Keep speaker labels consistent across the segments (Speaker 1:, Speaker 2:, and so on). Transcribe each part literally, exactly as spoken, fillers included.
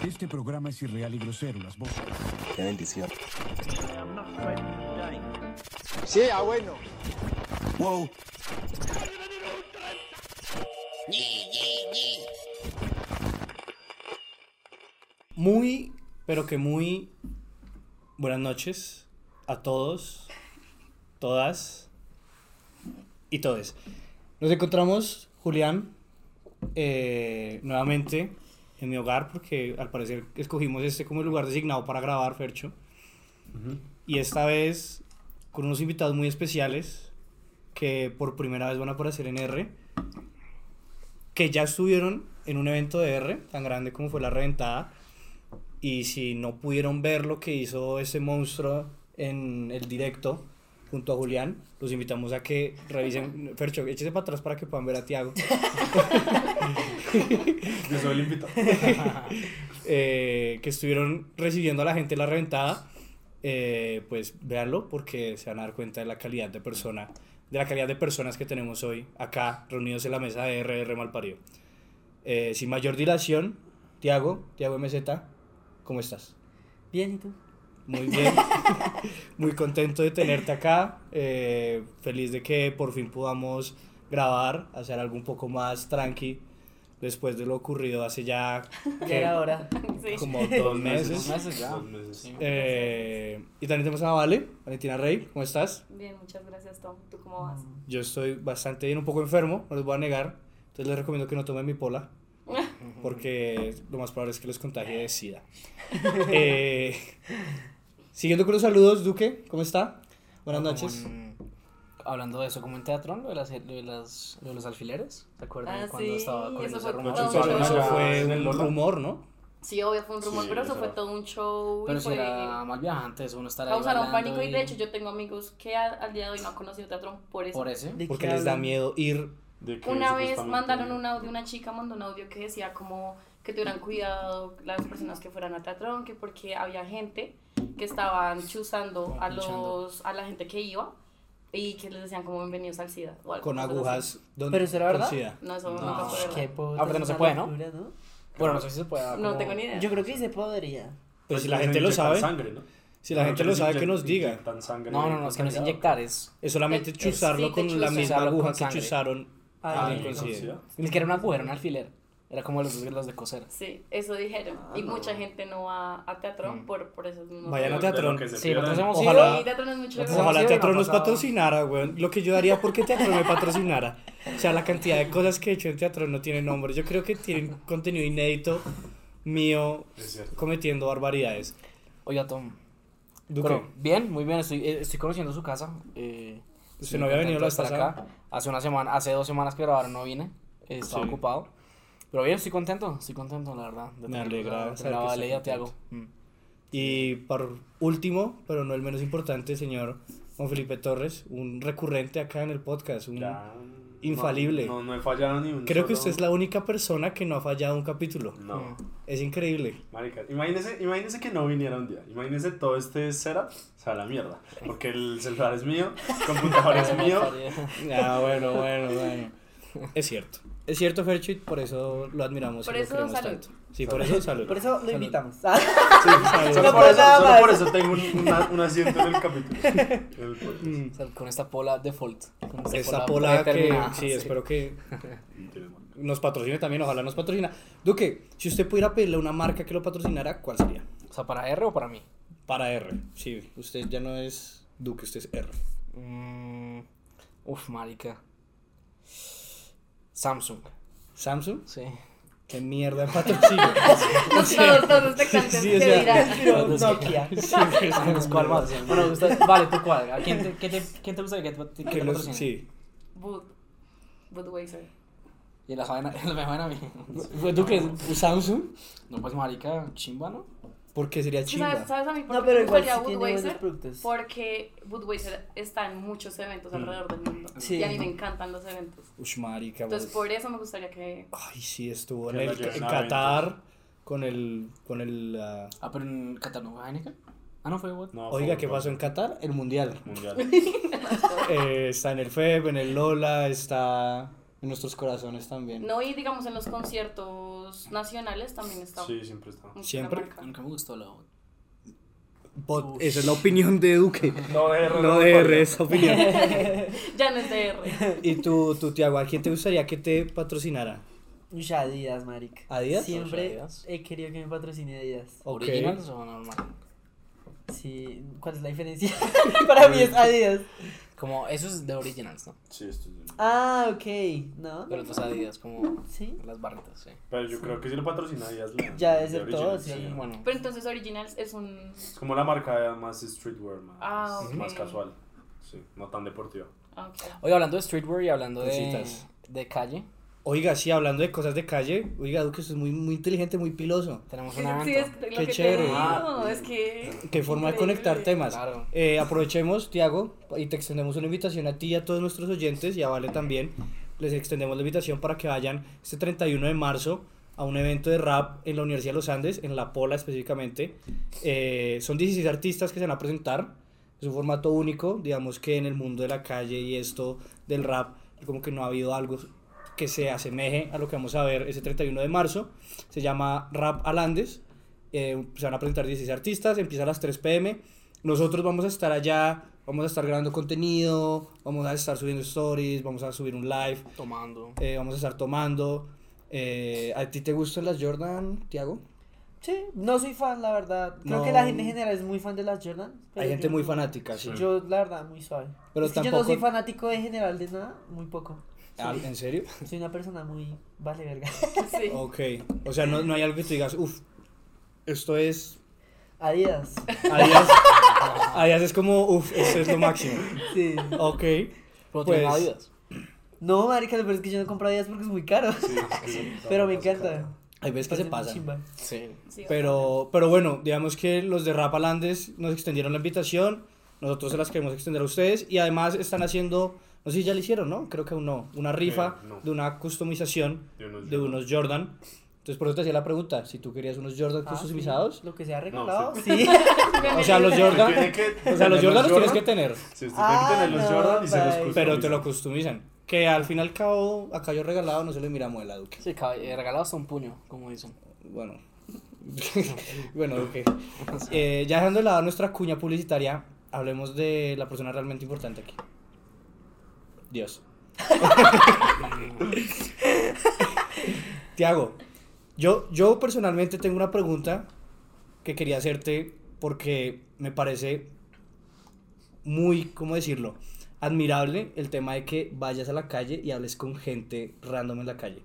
Speaker 1: Este programa es irreal y grosero, las voces.
Speaker 2: Qué bendición.
Speaker 3: Sí, ah, bueno.
Speaker 1: Wow.
Speaker 4: Muy, pero que muy buenas noches a todos, todas y todes. Nos encontramos, Julián, eh, nuevamente en mi hogar, porque al parecer escogimos este como el lugar designado para grabar, Fercho. Uh-huh. Y esta vez con unos invitados muy especiales que por primera vez van a aparecer en R, que ya estuvieron en un evento de R tan grande como fue La Reventada. Y si no pudieron ver lo que hizo ese monstruo en el directo junto a Julián, los invitamos a que revisen. Fercho, échese para atrás para que puedan ver a Tiago.
Speaker 5: Yo soy el invitado.
Speaker 4: eh, que estuvieron recibiendo a la gente en La Reventada. Eh, pues véanlo, porque se van a dar cuenta de la calidad de persona, de la calidad de personas que tenemos hoy acá reunidos en la mesa de R R Malparido. Eh, sin mayor dilación, Tiago, Tiago M Z, ¿cómo estás?
Speaker 6: Bien, ¿y tú?
Speaker 4: Muy bien, muy contento de tenerte acá, eh, feliz de que por fin podamos grabar, hacer algo un poco más tranqui, después de lo ocurrido hace ya...
Speaker 6: ¿Qué era hora?
Speaker 4: Sí. Como dos meses.
Speaker 6: Dos meses ya.
Speaker 5: Dos meses.
Speaker 6: Sí.
Speaker 4: Eh, y también tenemos a Vale, Valentina Rey, ¿cómo estás?
Speaker 7: Bien, muchas gracias, Tom. ¿Tú cómo vas?
Speaker 4: Yo estoy bastante bien, un poco enfermo, no les voy a negar, entonces les recomiendo que no tomen mi pola, porque lo más probable es que les contagie de SIDA. eh, siguiendo con los saludos, Duque, ¿cómo está? Buenas
Speaker 6: Como
Speaker 4: noches.
Speaker 6: en- hablando de eso, como en teatro, lo de, las, lo de, las, lo de los alfileres, ¿se acuerdan?
Speaker 7: Ah,
Speaker 6: cuando
Speaker 7: sí,
Speaker 6: estaba con
Speaker 7: eso
Speaker 6: ese
Speaker 7: fue
Speaker 6: rumor?
Speaker 7: todo un
Speaker 4: Pero
Speaker 7: show.
Speaker 4: eso fue
Speaker 5: en el
Speaker 4: un
Speaker 5: Lola.
Speaker 4: rumor, ¿no?
Speaker 7: Sí, obvio, fue un rumor,
Speaker 5: Sí,
Speaker 7: pero eso
Speaker 5: eso
Speaker 7: fue
Speaker 5: era.
Speaker 7: todo un show.
Speaker 6: Pero
Speaker 7: y
Speaker 6: si
Speaker 7: fue...
Speaker 6: era mal viajante, eso uno estará ahí
Speaker 7: Causaron
Speaker 6: bailando
Speaker 7: pánico y de hecho yo tengo amigos que a- al día de hoy no han conocido teatro por eso.
Speaker 6: Por ese.
Speaker 8: ¿De
Speaker 4: Porque
Speaker 8: qué
Speaker 4: les da
Speaker 8: hablan?
Speaker 4: miedo ir.
Speaker 5: De que
Speaker 7: Una vez
Speaker 5: supuestamente-
Speaker 7: mandaron un audio, una chica mandó un audio que decía como que tuvieran cuidado las personas que fueran a teatro, que porque había gente que estaban chuzando
Speaker 6: Como
Speaker 7: a
Speaker 6: pinchando.
Speaker 7: los a la gente que iba y que les decían como bienvenidos al SIDA o algo
Speaker 4: Con
Speaker 7: cosas
Speaker 4: agujas. don-
Speaker 8: ¿Pero eso era
Speaker 4: con
Speaker 8: verdad?
Speaker 4: SIDA.
Speaker 7: así. No, eso
Speaker 6: No,
Speaker 7: nunca fue verdad.
Speaker 8: Qué puta,
Speaker 6: Ah, pero no
Speaker 8: es
Speaker 6: se
Speaker 8: una
Speaker 6: puede, ¿no?
Speaker 8: locura, ¿no?
Speaker 6: Bueno, no sé si se puede.
Speaker 7: No
Speaker 6: como-
Speaker 7: tengo ni idea.
Speaker 8: Yo creo que sí se podría.
Speaker 4: Pues si
Speaker 5: Pues
Speaker 4: la
Speaker 5: no
Speaker 4: gente lo
Speaker 5: inyectan
Speaker 4: sabe,
Speaker 5: sangre, ¿no?
Speaker 4: si la
Speaker 5: No,
Speaker 4: gente
Speaker 5: que
Speaker 4: lo
Speaker 5: les
Speaker 4: sabe, que
Speaker 5: inyectan-
Speaker 4: nos diga.
Speaker 5: inyectan sangre
Speaker 6: No, no, no, es que no es inyectar, es
Speaker 4: Es solamente
Speaker 7: Es- es-
Speaker 4: chuzarlo
Speaker 7: sí, te
Speaker 4: con la
Speaker 7: chuzan.
Speaker 4: misma
Speaker 6: Chuzarlo
Speaker 4: aguja
Speaker 6: con
Speaker 4: que
Speaker 6: sangre.
Speaker 4: chuzaron a
Speaker 8: Ah,
Speaker 4: alguien con
Speaker 5: ¿con
Speaker 4: SIDA.
Speaker 5: SIDA?
Speaker 6: ni siquiera una aguja, era un alfiler. Era como los, los de coser.
Speaker 7: Sí, eso dijeron.
Speaker 5: Ah,
Speaker 7: y
Speaker 5: no.
Speaker 7: mucha gente no va a teatro
Speaker 6: Mm.
Speaker 7: por, por eso. No
Speaker 4: Vayan a
Speaker 5: De
Speaker 4: teatro.
Speaker 5: lo que se
Speaker 6: Sí,
Speaker 5: pierden.
Speaker 6: nosotros hemos
Speaker 4: Ojalá-
Speaker 7: Sí, teatro no es mucho.
Speaker 6: Nosotros
Speaker 4: Ojalá
Speaker 6: hemos ido y
Speaker 4: Teatro
Speaker 6: no ha
Speaker 4: nos
Speaker 6: pasado.
Speaker 4: patrocinara, weón. Lo que yo daría porque Teatro me patrocinara. O sea, la cantidad de cosas que he hecho en Teatro no tiene nombre. Yo creo que tienen contenido inédito mío
Speaker 5: Es cierto.
Speaker 4: cometiendo barbaridades.
Speaker 6: Oiga, Tom.
Speaker 4: Duque,
Speaker 6: Pero bien, muy bien, estoy, eh, estoy conociendo su casa. Eh,
Speaker 4: ¿Usted
Speaker 6: estoy
Speaker 4: no había
Speaker 6: contento
Speaker 4: venido
Speaker 6: de
Speaker 4: la
Speaker 6: estar
Speaker 4: pasada?
Speaker 6: acá. Hace una semana, hace dos semanas que grabaron no vine, eh, estaba
Speaker 4: Sí.
Speaker 6: ocupado. Pero bien, estoy contento, estoy contento, la verdad. de
Speaker 4: Me
Speaker 6: tener-
Speaker 4: alegra
Speaker 6: de
Speaker 4: saber
Speaker 6: tener a
Speaker 4: que
Speaker 6: Vale y
Speaker 4: está
Speaker 6: a Tiago. Mm.
Speaker 4: y por último, pero no el menos importante, señor Juan Felipe Torres, un recurrente acá en el podcast, un...
Speaker 5: Ya,
Speaker 4: Infalible.
Speaker 5: No, no, no he fallado ni un
Speaker 4: Creo que
Speaker 5: solo-
Speaker 4: usted es la única persona que no ha fallado un capítulo.
Speaker 5: No,
Speaker 6: Mm.
Speaker 4: Es increíble.
Speaker 5: marica, imagínese, imagínese que no viniera un día. Imagínese todo este setup, o sea, la mierda. Porque el celular es mío, el computador es mío.
Speaker 4: Ah, bueno, bueno, bueno. Es cierto. Es cierto, Ferchit, por eso lo admiramos
Speaker 7: Por
Speaker 4: y lo
Speaker 7: eso,
Speaker 4: queremos
Speaker 7: salud.
Speaker 4: tanto. Sí, por eso salud.
Speaker 8: Por eso lo
Speaker 4: Salud.
Speaker 8: invitamos.
Speaker 5: Sí,
Speaker 4: Salud.
Speaker 5: solo,
Speaker 8: No
Speaker 5: por
Speaker 8: por
Speaker 5: eso,
Speaker 8: nada
Speaker 5: solo
Speaker 8: más.
Speaker 5: por eso tengo un, una- un asiento en el capítulo. En el podcast.
Speaker 4: Mm.
Speaker 6: O sea, con esta pola default. Con esta
Speaker 4: Esta pola que,
Speaker 6: predeterminada,
Speaker 4: sí, espero que nos patrocine también, ojalá nos patrocina. Duque, si usted pudiera pedirle a una marca que lo patrocinara, ¿cuál sería?
Speaker 6: O sea, ¿para R o para mí?
Speaker 4: Para R. Sí, usted ya no es Duque, usted es R.
Speaker 6: Mm, uf, marica. Samsung,
Speaker 4: Samsung,
Speaker 6: sí.
Speaker 4: qué mierda de patrocinio.
Speaker 7: Todos, todos expectantes
Speaker 4: Sí, o
Speaker 7: que
Speaker 4: sea,
Speaker 7: dirán.
Speaker 8: Pero Nokia.
Speaker 4: Sí, es como-
Speaker 6: Entonces, ¿cuál más? Bueno, usted, vale, ¿tú cuál? ¿A quién te, qué te, quién te gustaría que te, que
Speaker 4: que
Speaker 6: te
Speaker 4: los-
Speaker 6: patrocine?
Speaker 4: sí.
Speaker 7: Bud, Budweiser.
Speaker 6: Y la joven, la joven a mí.
Speaker 4: ¿Duque, Samsung?
Speaker 6: No, pues marica, chimba, ¿no?
Speaker 4: ¿Por qué sería
Speaker 7: Es que
Speaker 4: chimba?
Speaker 7: ¿Sabes, ¿Sabes a mí por
Speaker 8: No,
Speaker 7: qué
Speaker 8: pero
Speaker 7: me
Speaker 8: igual
Speaker 7: gustaría
Speaker 8: sí tiene buenos
Speaker 7: Budweiser?
Speaker 8: productos.
Speaker 7: Porque Budweiser está en muchos eventos alrededor del mundo.
Speaker 8: Sí.
Speaker 7: Y a mí me encantan los eventos.
Speaker 4: Ush, marica.
Speaker 7: Entonces,
Speaker 4: vos-
Speaker 7: por eso me gustaría que...
Speaker 4: Ay, sí, estuvo en,
Speaker 5: Que lo
Speaker 4: el,
Speaker 5: lleven
Speaker 4: en
Speaker 5: a
Speaker 4: Qatar con el... Con el ah,
Speaker 6: Ah, pero en Qatar no fue Heineken. Ah, no fue what?
Speaker 5: No,
Speaker 4: Oiga,
Speaker 5: fue
Speaker 4: ¿qué
Speaker 5: un
Speaker 4: pasó en Qatar? El Mundial.
Speaker 5: Mundial.
Speaker 4: Eh, está en el F E B, en el Lola, está en nuestros corazones también.
Speaker 7: No, y digamos en los conciertos los nacionales también está.
Speaker 5: Sí, siempre está.
Speaker 7: mucho la
Speaker 4: Siempre.
Speaker 7: marca.
Speaker 6: Nunca me gustó la bot.
Speaker 4: Bot, esa es la opinión de Duque.
Speaker 5: No de R.
Speaker 4: No de R, esa opinión.
Speaker 7: Ya no es de R.
Speaker 4: Y tú, tú, Tiago, ¿a quién te gustaría que te patrocinara?
Speaker 8: Uy, Adidas, marica.
Speaker 4: ¿Adidas?
Speaker 8: Siempre
Speaker 6: Adidas.
Speaker 8: he querido que me patrocine Adidas.
Speaker 4: Ok.
Speaker 6: ¿Originals o normal?
Speaker 8: Sí, ¿cuál es la diferencia? Para mí es Adidas.
Speaker 6: Como, eso es de Originals, ¿no?
Speaker 5: Sí, esto es de-
Speaker 8: Ah, ok. No,
Speaker 6: Pero
Speaker 8: no.
Speaker 6: otras Adidas, como
Speaker 8: Sí.
Speaker 6: las barritas, sí.
Speaker 5: Pero yo creo que si lo patrocina Adidas le-
Speaker 8: Ya debe
Speaker 5: de
Speaker 8: ser
Speaker 5: Original,
Speaker 8: todo, sí.
Speaker 6: Bueno,
Speaker 7: Pero entonces Originals es un.
Speaker 5: Es como la marca más streetwear, más,
Speaker 7: Ah, ok.
Speaker 5: más casual. Sí, no tan deportiva.
Speaker 7: ah, ok.
Speaker 6: hoy hablando de streetwear y hablando de,
Speaker 4: Cositas.
Speaker 6: de calle,
Speaker 4: Oiga, sí, hablando de cosas de calle, oiga, Duque, usted es muy, muy inteligente, muy piloso.
Speaker 6: tenemos
Speaker 7: Sí,
Speaker 6: un evento.
Speaker 7: sí, es lo
Speaker 4: Qué
Speaker 7: que
Speaker 4: chévere.
Speaker 7: te digo,
Speaker 5: Ah.
Speaker 7: es que.
Speaker 4: Qué forma de
Speaker 7: increíble.
Speaker 4: conectar temas.
Speaker 6: Claro.
Speaker 4: Eh, aprovechemos, Tiago, y te extendemos una invitación a ti y a todos nuestros oyentes, y a Vale también. Les extendemos la invitación para que vayan este treinta y uno de marzo a un evento de rap en la Universidad de los Andes, en La Pola específicamente. Eh, son dieciséis artistas que se van a presentar. Es un formato único, digamos que en el mundo de la calle y esto del rap, como que no ha habido algo que se asemeje a lo que vamos a ver ese treinta y uno de marzo. Se llama Rap al Andes. Eh, se van a presentar dieciséis artistas, empieza a las tres pe eme. Nosotros vamos a estar allá, vamos a estar grabando contenido, vamos a estar subiendo stories, vamos a subir un live,
Speaker 6: Tomando.
Speaker 4: eh, vamos a estar tomando. Eh, ¿A ti te gustan las Jordan, Tiago?
Speaker 8: Sí, no soy fan, la verdad. Creo
Speaker 4: No.
Speaker 8: que la gente en general es muy fan de las Jordan. pero
Speaker 4: Hay gente
Speaker 8: yo
Speaker 4: muy
Speaker 8: no.
Speaker 4: fanática, sí.
Speaker 8: Yo, la verdad, muy suave.
Speaker 4: Pero
Speaker 8: es que yo
Speaker 4: tampoco-
Speaker 8: no soy fanático en general de nada, muy poco.
Speaker 4: Ah,
Speaker 8: Soy,
Speaker 4: ¿En serio?
Speaker 8: soy una persona muy vale verga.
Speaker 7: Sí.
Speaker 4: Ok. O sea, no, no hay algo que tú digas, uff, esto es...
Speaker 8: Adidas.
Speaker 4: Adidas, Adidas es como, uff, esto es lo máximo.
Speaker 8: Sí.
Speaker 4: Ok.
Speaker 6: Pero
Speaker 4: Pues-
Speaker 6: tienen Adidas.
Speaker 8: No, marica, lo peor es que yo no compro Adidas porque es muy caro.
Speaker 5: Sí, sí,
Speaker 8: Pero me
Speaker 5: está
Speaker 8: encanta.
Speaker 4: Hay veces que se
Speaker 8: Parece muy
Speaker 4: pasan.
Speaker 8: chimba.
Speaker 6: Sí.
Speaker 7: Sí,
Speaker 4: Pero, pero bueno, digamos que los de Rap al Andes nos extendieron la invitación, nosotros se las queremos extender a ustedes y además están haciendo, no sé si ya lo hicieron, ¿no? Creo que aún no, una rifa
Speaker 5: Eh, no.
Speaker 4: de una customización
Speaker 5: De unos
Speaker 4: de unos Jordan. Entonces por eso te hacía la pregunta, si tú querías unos Jordan
Speaker 8: Ah,
Speaker 4: customizados,
Speaker 8: sí, lo que sea regalado,
Speaker 5: No,
Speaker 8: sí.
Speaker 4: o sea, los Jordan,
Speaker 5: Tiene que
Speaker 4: o sea, los
Speaker 5: tener
Speaker 4: Jordan los tienes que
Speaker 5: Jordan.
Speaker 4: tener,
Speaker 5: Sí, usted
Speaker 8: Ah,
Speaker 5: tiene que tener los
Speaker 8: no,
Speaker 5: Jordan y se los
Speaker 8: bye.
Speaker 5: customiza.
Speaker 4: pero te lo customizan. Que al fin y al cabo, acá yo regalado no se le mira muela, Duque.
Speaker 6: Sí, cab- eh, regalado hasta un puño, como dicen.
Speaker 4: Bueno, bueno, Duque. Eh, ya dejando de lado nuestra cuña publicitaria, hablemos de la persona realmente importante aquí. Dios. Tiago, yo, yo personalmente tengo una pregunta que quería hacerte porque me parece muy, ¿cómo decirlo? Admirable el tema de que vayas a la calle y hables con gente random en la calle.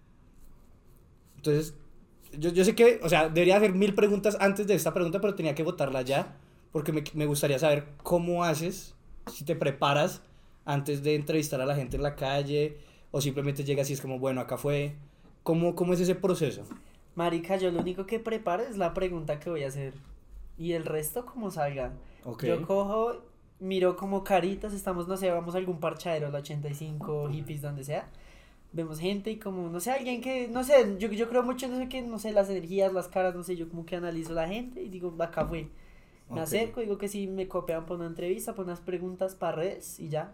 Speaker 4: Entonces, yo, yo sé que, o sea, debería hacer mil preguntas antes de esta pregunta, pero tenía que botarla ya, porque me, me gustaría saber cómo haces, si te preparas antes de entrevistar a la gente en la calle, o simplemente llegas y es como, bueno, acá fue. ¿Cómo, cómo es ese proceso?
Speaker 8: Marica, yo lo único que preparo es la pregunta que voy a hacer. Y el resto como salga.
Speaker 4: Ok.
Speaker 8: Yo cojo, miro como caritas, estamos, no sé, vamos a algún parchadero, la ochenta y cinco, hippies, donde sea. Vemos gente y como, no sé, alguien que, no sé, yo, yo creo mucho en eso que, no sé, las energías, las caras, no sé, yo como que analizo la gente y digo, acá fue. Me
Speaker 4: Ok.
Speaker 8: acerco, digo que si me copian para una entrevista, para unas preguntas para redes y ya.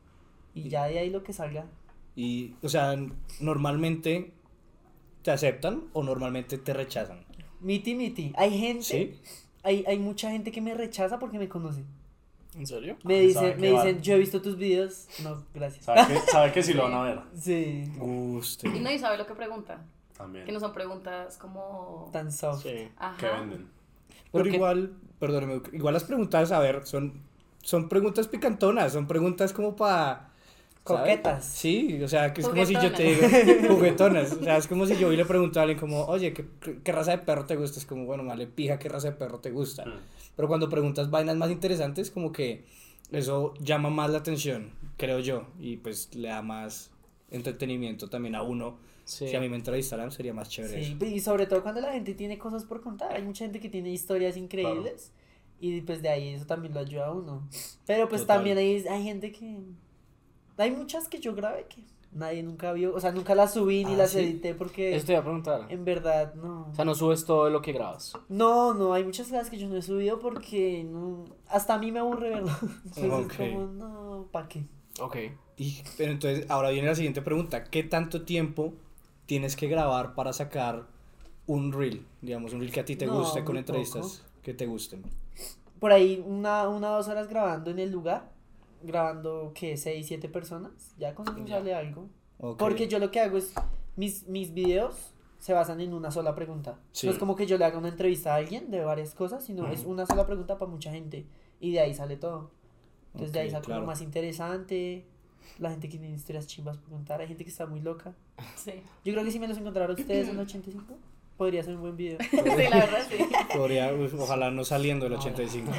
Speaker 8: Y
Speaker 4: Y-
Speaker 8: ya de ahí lo que salga.
Speaker 4: Y, o sea, normalmente te aceptan o normalmente te rechazan.
Speaker 8: Miti, miti. Hay gente,
Speaker 4: ¿Sí?
Speaker 8: hay, hay mucha gente que me rechaza porque me conoce.
Speaker 6: ¿En serio?
Speaker 8: Me
Speaker 5: Ah,
Speaker 8: dicen,
Speaker 5: sabe
Speaker 8: me
Speaker 5: que va.
Speaker 8: dicen, yo he visto tus videos. No, gracias.
Speaker 5: Sabe que, sabe que sí lo van a ver.
Speaker 8: Sí,
Speaker 4: Guste.
Speaker 7: Y nadie sabe lo que pregunta.
Speaker 5: También.
Speaker 7: Que no son preguntas como.
Speaker 8: tan soft.
Speaker 6: Sí.
Speaker 7: Ajá.
Speaker 5: Que venden.
Speaker 4: Pero
Speaker 6: Porque-
Speaker 4: igual, perdóneme, igual las preguntas, a ver, son, son preguntas picantonas, son preguntas como para...
Speaker 8: Coquetas.
Speaker 4: Sí, o sea, que es como si yo te digo, juguetonas, o sea, es como si yo hoy le pregunto a alguien como, oye, ¿qué, qué raza de perro te gusta? Es como, bueno, vale, pija, ¿qué raza de perro te gusta?
Speaker 5: Mm.
Speaker 4: Pero cuando preguntas vainas más interesantes, como que eso llama más la atención, creo yo, y pues le da más entretenimiento también a uno.
Speaker 6: Sí.
Speaker 4: Si a mí me entrevistaran sería más chévere
Speaker 8: Sí,
Speaker 4: eso.
Speaker 8: y sobre todo cuando la gente tiene cosas por contar. Hay mucha gente que tiene historias increíbles. Y pues de ahí eso también lo ayuda a uno. Pero pues
Speaker 4: Total.
Speaker 8: también hay, hay gente que... Hay muchas que yo grabé que nadie nunca vio. O sea, nunca las subí ni
Speaker 4: Ah,
Speaker 8: las
Speaker 4: ¿sí?
Speaker 8: edité porque
Speaker 6: Eso te iba a preguntar.
Speaker 8: en verdad no.
Speaker 6: O sea, no subes todo lo que grabas.
Speaker 8: No, no, hay muchas cosas que yo no he subido porque no, hasta a mí me aburre verlo. Entonces
Speaker 4: Ok.
Speaker 8: es como, no, ¿para qué?
Speaker 6: Ok.
Speaker 4: Y, pero entonces, ahora viene la siguiente pregunta, ¿qué tanto tiempo tienes que grabar para sacar un reel, digamos, un reel que a ti te
Speaker 8: No,
Speaker 4: guste con
Speaker 8: muy
Speaker 4: entrevistas que te gusten?
Speaker 8: Por ahí una, una o dos horas grabando en el lugar, grabando, ¿qué? Seis, siete personas, ya con eso
Speaker 6: Ya.
Speaker 8: sale algo.
Speaker 4: Ok.
Speaker 8: Porque yo lo que hago es, mis, mis videos se basan en una sola pregunta.
Speaker 4: Sí.
Speaker 8: No es como que yo le haga una entrevista a alguien de varias cosas, sino es una sola pregunta para mucha gente. Y de ahí sale todo. Entonces de ahí
Speaker 4: Ok,
Speaker 8: saco
Speaker 4: claro.
Speaker 8: lo más interesante, la gente que tiene historias chimbas por contar, hay gente que está muy loca.
Speaker 7: Sí.
Speaker 8: Yo creo que si me los encontraran ustedes en el ochenta y cinco, podría ser un buen video.
Speaker 7: Sí, la verdad, sí.
Speaker 4: Podría, uf, ojalá no saliendo del ochenta y cinco.